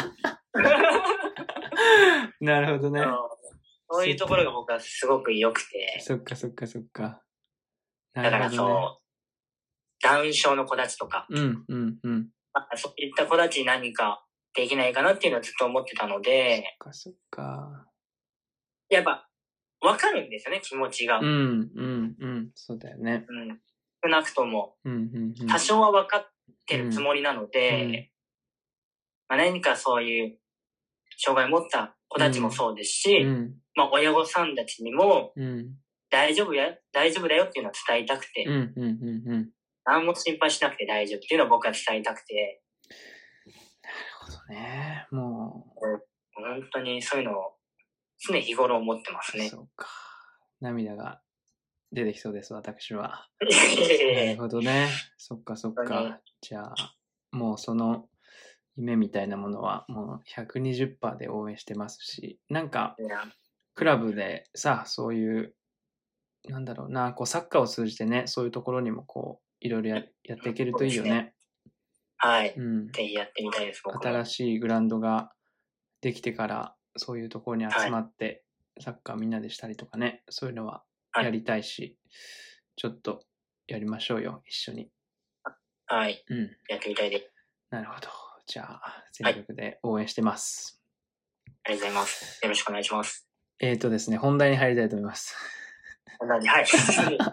なるほどね。 そういうところが僕はすごく良くて。 そっか。 だからそう、ダウン症の子たちとか、そういった子たちに何かできないかなっていうのはずっと思ってたので、 そっか。 やっぱ、わかるんですよね、気持ちが。 そうだよね。 少なくとも、多少は分かってるつもりなので、何かそういう障害を持った子たちもそうですし、親御さんたちにも、大丈夫だよっていうのを伝えたくて、何も心配しなくて大丈夫っていうのを僕は伝えたくて。 なるほどね。もう。本当にそういうのを常日頃思ってますね。 そうか。涙が出てきそうです、私は。なるほどね。そっか。じゃあ、もうその夢みたいなものはもう 120% で応援してますし、なんか、クラブでさ、そういう、なんだろうな、こうサッカーを通じてね、そういうところにもこう、いろいろやっていけるといいよね。 はい。ぜひやってみたいです、僕も。 新しいグラウンドができてから、そういうところに集まって、サッカーみんなでしたりとかね、そういうのはやりたいし、ちょっとやりましょうよ、一緒に。 はい。やってみたいです。 なるほど。じゃあ、全力で応援してます。 ありがとうございます。よろしくお願いします。 ですね、本題に入りたいと思います。 本題に、はい。 サ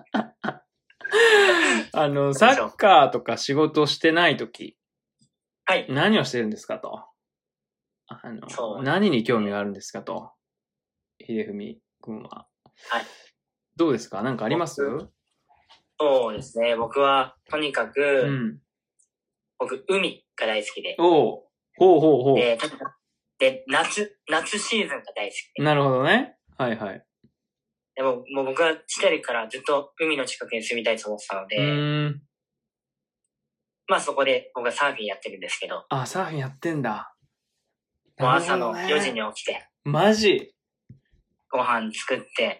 ッカーとか仕事してないとき、何をしてるんですかと。何に興味があるんですかと。秀文君は。どうですか？なんかあります？ そうですね。僕は、とにかく、僕、海が大好きで。 ほう。 で、夏シーズンが大好きで。 なるほどね。はい。 でもう僕はちっちゃいからずっと海の近くに住みたいと思ってたので、まあそこで僕はサーフィンやってるんですけど。 あ、サーフィンやってんだ。 もう朝の4時に起きて。 マジ？ ご飯作って、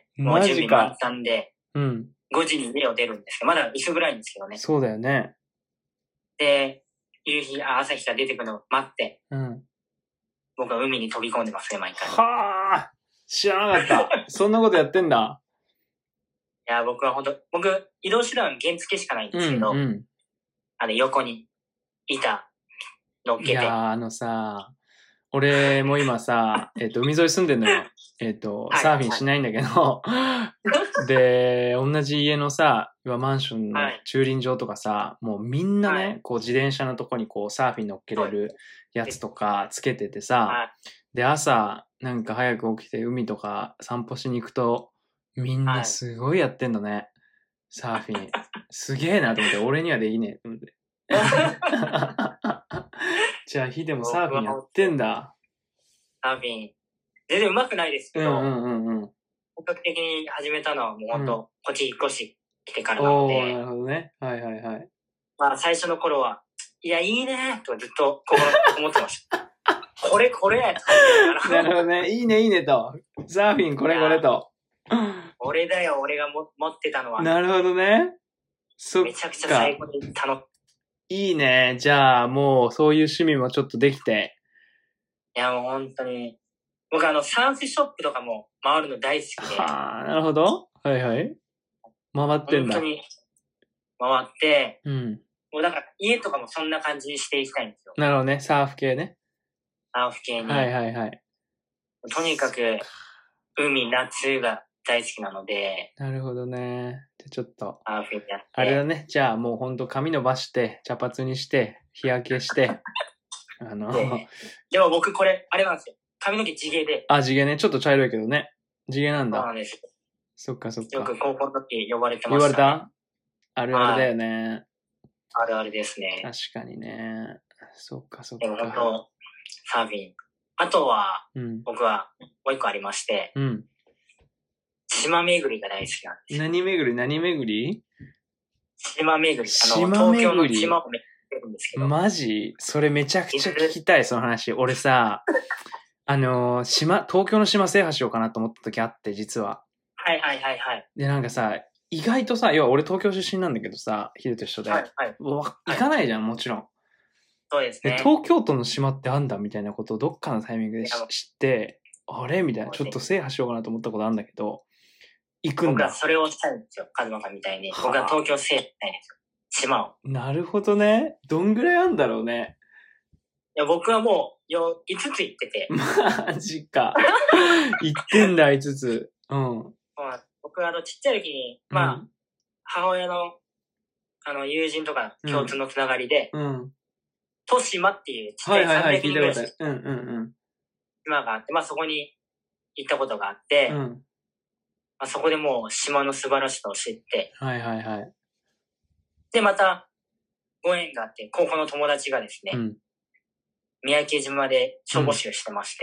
もう準備満タンで、5時に家を出るんですけど、まだ薄暗いんですけどね。 そうだよね。 で、朝日が出てくるのを待って、僕は海に飛び込んでますね、毎回。 はあ、知らなかった。そんなことやってんだ。 いや、僕移動手段原付しかないんですけど、横に板乗っけて。いや、俺も今さ、海沿い住んでんのよ。サーフィンしないんだけど、で、同じ家のさ、マンションの駐輪場とかさ、もうみんなね、こう自転車のとこにこうサーフィン乗っけれるやつとかつけててさ、で、朝なんか早く起きて海とか散歩しに行くと、みんなすごいやってんのね。サーフィン。すげえなと思って、俺にはできねえと思って。じゃあ、ヒデもサーフィンやってんだ。 サーフィン。全然上手くないですけど、本格的に始めたのはもう本当、こっち引っ越してきてからなので。 なるほどね。はい。 まあ、最初の頃は、いや、いいねとずっと思ってました。これなるほどね。いいねと。サーフィンこれと。 俺だよ、俺が持ってたのは。 なるほどね。 めちゃくちゃ最後にいいね。じゃあ、もうそういう趣味もちょっとできて。 いや、もう本当に。僕サーフショップとかも回るの大好きで。 はあ、なるほど。はい。回ってんだ。 本当に回って、もうだから家とかもそんな感じにしていきたいんですよ。 なるほどね。サーフ系ね。 サーフ系に。 はい。 とにかく、夏が大好きなので。 なるほどね。じゃちょっと、 サーフィンやって。 あれだね。じゃあもうほんと髪伸ばして、茶髪にして、日焼けして、 でも僕これ、あれなんですよ。髪の毛地毛で。 あ、地毛ね。ちょっと茶色いけどね。地毛なんだ。 そうなんです。 そっかそっか。 よく高校の時呼ばれてました、ね。 言われた？あるあるだよね。 あるあるですね。 確かにね。そっかそっか。 でも本当、サーフィン。あとは、僕はもう一個ありまして、島巡りが大好きなんです。 何巡り？ 島巡り。東京の島を巡ってるんですけど。 マジ？それめちゃくちゃ聞きたい、その話。俺さ、東京の島制覇しようかなと思った時あって、実は。 はい。 で、なんかさ、意外とさ、要は俺東京出身なんだけどさ、ヒデと一緒で。行かないじゃん、もちろん。 そうですね。 で、東京都の島ってあんだみたいなことをどっかのタイミングで知って、あれみたいな、ちょっと制覇しようかなと思ったことあるんだけど、行くんだ。 僕はそれをしたいんですよ、カズマさんみたいに。僕は東京制覇したいんですよ。島を。 なるほどね。どんぐらいあんだろうね。 いや、僕はもう、5つ行ってて。 マジか。行ってんだ、5つ。うん。 僕はちっちゃい時に、母親の、友人とか共通のつながりで、豊島っていうちっちゃい300人ぐらいの島があって、そこに行ったことがあって、そこでもう島の素晴らしさを知って、で、また、ご縁があって、高校の友達がですね、三宅島で小募集してまして、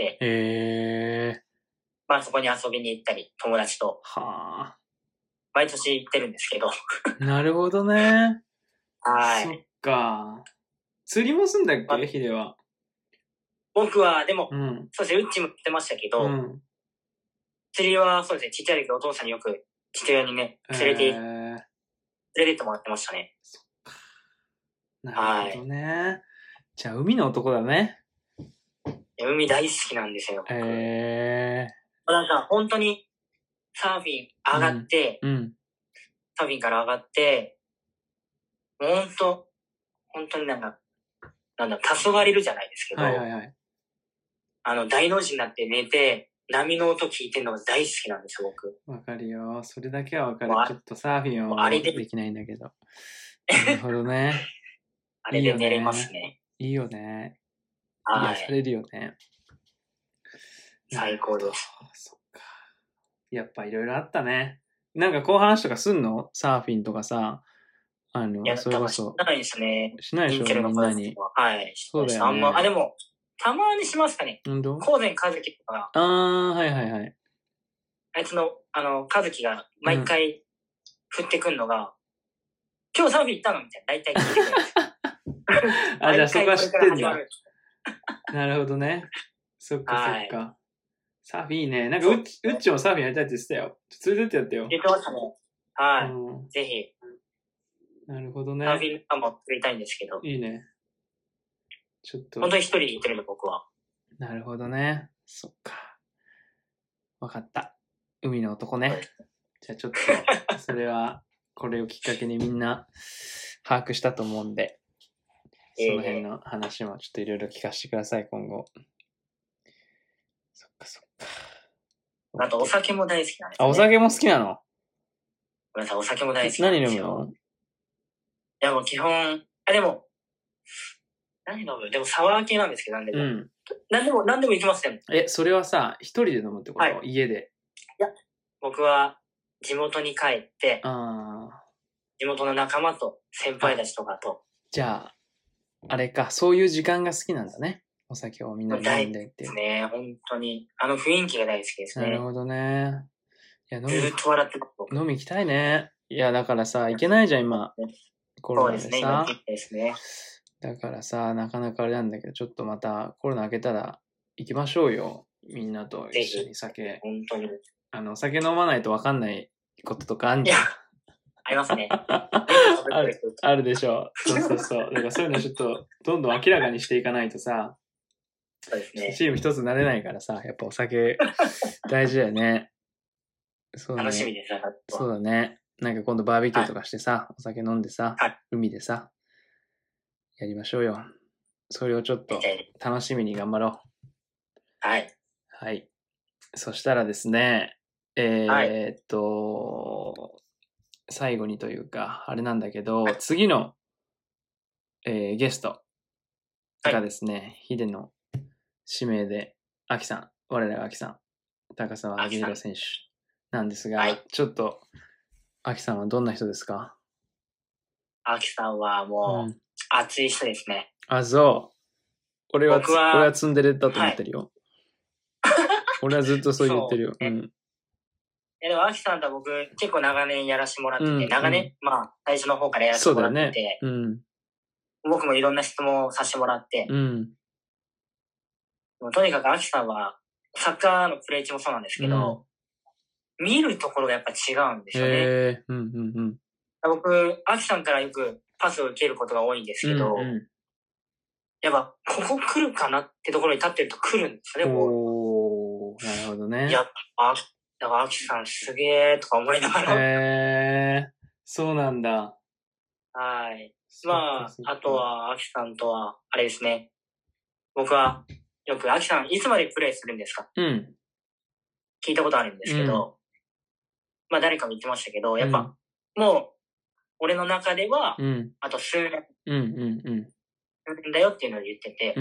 そこに遊びに行ったり、友達と。毎年行ってるんですけど。 なるほどね。 はい。 そっか。釣りもすんだっけ、ヒデは。 僕は、でも、そうですね、うっちも言ってましたけど、釣りはそうですね、ちっちゃい時お父さんによく父親にね、連れてってもらってましたね。 そっか。なるほどね。じゃあ、海の男だね。 海大好きなんですよ、僕。なんか、本当に、サーフィン上がって、サーフィンから上がって、本当になんだ、黄昏るじゃないですけど、大の字になって寝て、波の音聞いてるのが大好きなんですよ、僕。 わかるよ。それだけはわかる。ちょっとサーフィンはできないんだけど。なるほどね。 あれで寝れますね。 いいよね。癒されるよね。 最高です。 そっか。やっぱいろいろあったね。なんかこう話とかすんの？サーフィンとかさ。それこそ。 しないですね。 しないでしょ、みんなに。 はい。 そうだよね。 でも、たまにしますかね。高前和樹とか。 はい。 あいつの、和樹が毎回振ってくんのが、今日サーフィン行ったのみたいな。大体聞いてくるんですじゃあそこは知ってんだ。なるほどね。そっか。サーフィンいいね。なんかうっちもサーフィンやりたいって言ってたよ。連れてってやってよ。 言ってましたね。はい。ぜひ。 なるほどね。 サーフィンも釣りたいんですけど。 いいね。ちょっと。 本当に一人で行ってるの、僕は。 なるほどね。そっか。わかった。海の男ね。じゃあちょっと、それは、これをきっかけにみんな把握したと思うんで、その辺の話もちょっといろいろ聞かせてください、今後。そっか。 あと、お酒も大好きなんです、ね。 お酒も好きなの？ ごめんなさい、お酒も大好きなんですよ。何飲むの？ いや、もう基本、でも、何飲む？でもサワー系なんですけど、何でも。何でも行きますね。 それはさ、一人で飲むってこと？家で。 いや、僕は地元に帰って、地元の仲間と先輩たちとかと。 じゃあ、あれか、そういう時間が好きなんだね。お酒をみんなで飲んでって。 ですね、本当に。雰囲気が大好きですね。 なるほどね。 ずっと笑ってる。 飲み行きたいね。いや、だからさ、行けないじゃん、今。コロナでさ。 そうですね。 だからさ、なかなかあれなんだけど、ちょっとまたコロナ明けたら行きましょうよ。みんなと一緒に酒。 本当に。 お酒飲まないと分かんないこととかあんじゃん。 ありますね。 あるでしょ。そう。だからそういうのちょっと、どんどん明らかにしていかないとさ、 そうですね。 チーム一つになれないからさ、やっぱお酒大事だよね。 そうね。楽しみです。 そうだね。なんか今度バーベキューとかしてさ、お酒飲んでさ、海でさ、やりましょうよ。それをちょっと楽しみに頑張ろう。 はい。 はい。そしたらですね、 はい、最後にというか、あれなんだけど、次の、ゲストがですね、ヒデの指名で、アキさん、我らがアキさん、高澤明宏選手なんですが、ちょっと、アキさんはどんな人ですか？ アキさんはもう、熱い人ですね。 あ、そう。俺はツンデレだと思ってるよ。俺はずっとそう言ってるよ。 でも、アキさんとは僕、結構長年やらせてもらってて、長年、まあ、最初の方からやらせてもらってて、僕もいろんな質問をさせてもらって、とにかくアキさんは、サッカーのプレー中もそうなんですけど、見るところがやっぱ違うんですよね。僕、アキさんからよくパスを受けることが多いんですけど、やっぱ、ここ来るかなってところに立ってると来るんですよね、 ボール。なるほどね。 だからアキさんすげーとか思いながら。 そうなんだ。 はい。まあ、あとは、アキさんとは、あれですね。僕は、よく、アキさん、いつまでプレイするんですか？聞いたことあるんですけど、まあ、誰かも言ってましたけど、やっぱ、もう、俺の中では、あと数年、だよっていうのを言ってて、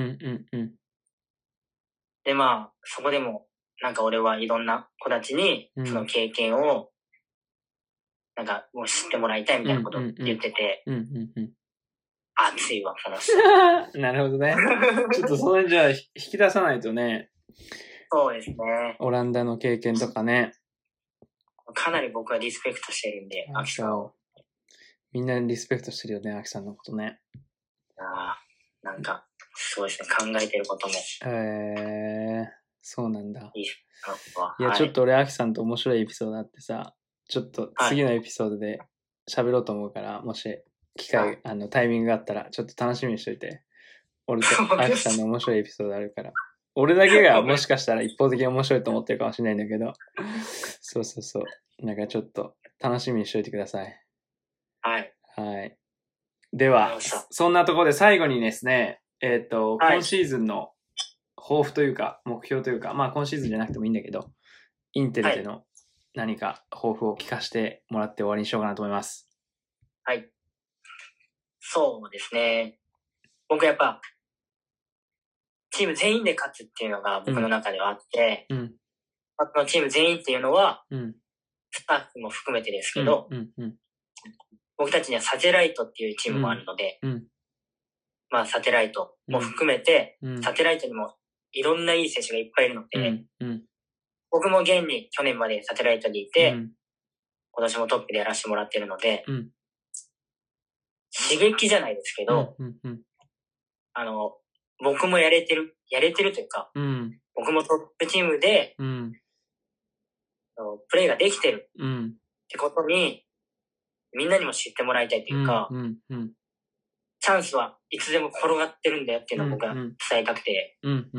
で、まあ、そこでも、なんか俺はいろんな子たちに、その経験を、なんか、もう知ってもらいたいみたいなことを言ってて、熱いわ、この人。 なるほどね。ちょっとそれじゃあ引き出さないとね。 そうですね。 オランダの経験とかね。 かなり僕はリスペクトしてるんで、アキさんを。 みんなリスペクトしてるよね、アキさんのことね。 なんか、そうですね、考えてることも。 そうなんだ。 いや、ちょっと俺、アキさんと面白いエピソードあってさ、ちょっと次のエピソードで喋ろうと思うから、もし機会、タイミングがあったら、ちょっと楽しみにしといて。俺とアキさんの面白いエピソードあるから。俺だけがもしかしたら一方的に面白いと思ってるかもしれないんだけど、そう。なんかちょっと楽しみにしといてください。 はい。 では、そんなところで最後にですね、今シーズンの抱負というか、目標というか、まあ今シーズンじゃなくてもいいんだけど、インテルでの何か抱負を聞かせてもらって終わりにしようかなと思います。 はい。そうですね。僕やっぱ、チーム全員で勝つっていうのが僕の中ではあって、そのチーム全員っていうのは、スタッフも含めてですけど、僕たちにはサテライトっていうチームもあるので、まあサテライトも含めて、サテライトにもいろんないい選手がいっぱいいるので、僕も現に去年までサテライトにいて、今年もトップでやらせてもらってるので、刺激じゃないですけど、僕もやれてるというか、僕もトップチームで、プレーができてるってことに、みんなにも知ってもらいたいというか、チャンスはいつでも転がってるんだよっていうのを僕は伝えたくて、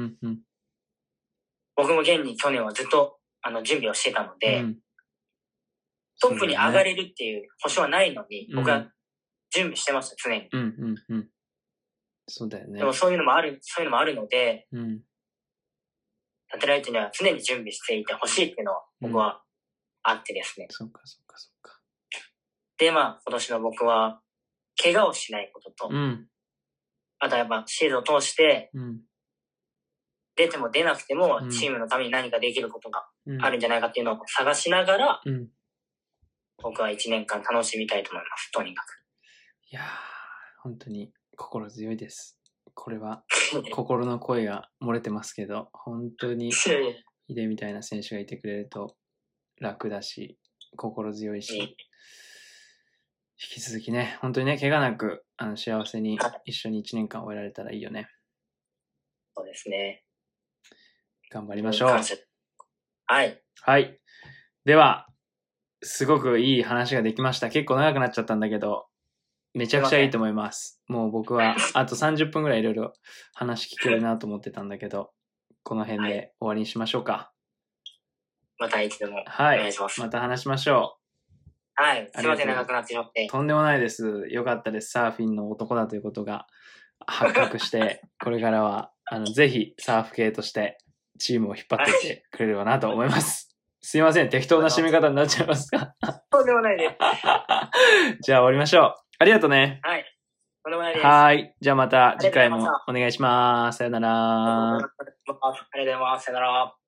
僕も現に去年はずっと準備をしてたので、トップに上がれるっていう保証はないのに、僕は準備してました、常に。 そうだよね。 でもそういうのもあるので、サテライトには常に準備していてほしいっていうのは僕はあってですね。 そっか。 で、まあ今年の僕は、怪我をしないことと、あとはやっぱシーズンを通して、出ても出なくてもチームのために何かできることがあるんじゃないかっていうのを探しながら、僕は1年間楽しみたいと思います、とにかく。 いやー、本当に心強いです。これは心の声が漏れてますけど、本当にヒデみたいな選手がいてくれると楽だし、心強いし、引き続きね、本当にね、怪我なく幸せに一緒に1年間終えられたらいいよね。 そうですね。 頑張りましょう。 はい。 では、すごくいい話ができました。結構長くなっちゃったんだけど、めちゃくちゃいいと思います。もう僕はあと30分ぐらいいろいろ話聞けるなと思ってたんだけど、この辺で終わりにしましょうか。 またいつでもお願いします。 また話しましょう。すいません、長くなってしまって。 とんでもないです。よかったです。サーフィンの男だということが発覚して、これからはぜひサーフ系としてチームを引っ張っていってくれればなと思います。 すいません。適当な締め方になっちゃいますか？ そうでもないです。 じゃあ終わりましょう。ありがとうね。 はい。とんでもないです。 はい。じゃあまた次回もお願いします。さよなら。 ありがとうございます。さよなら。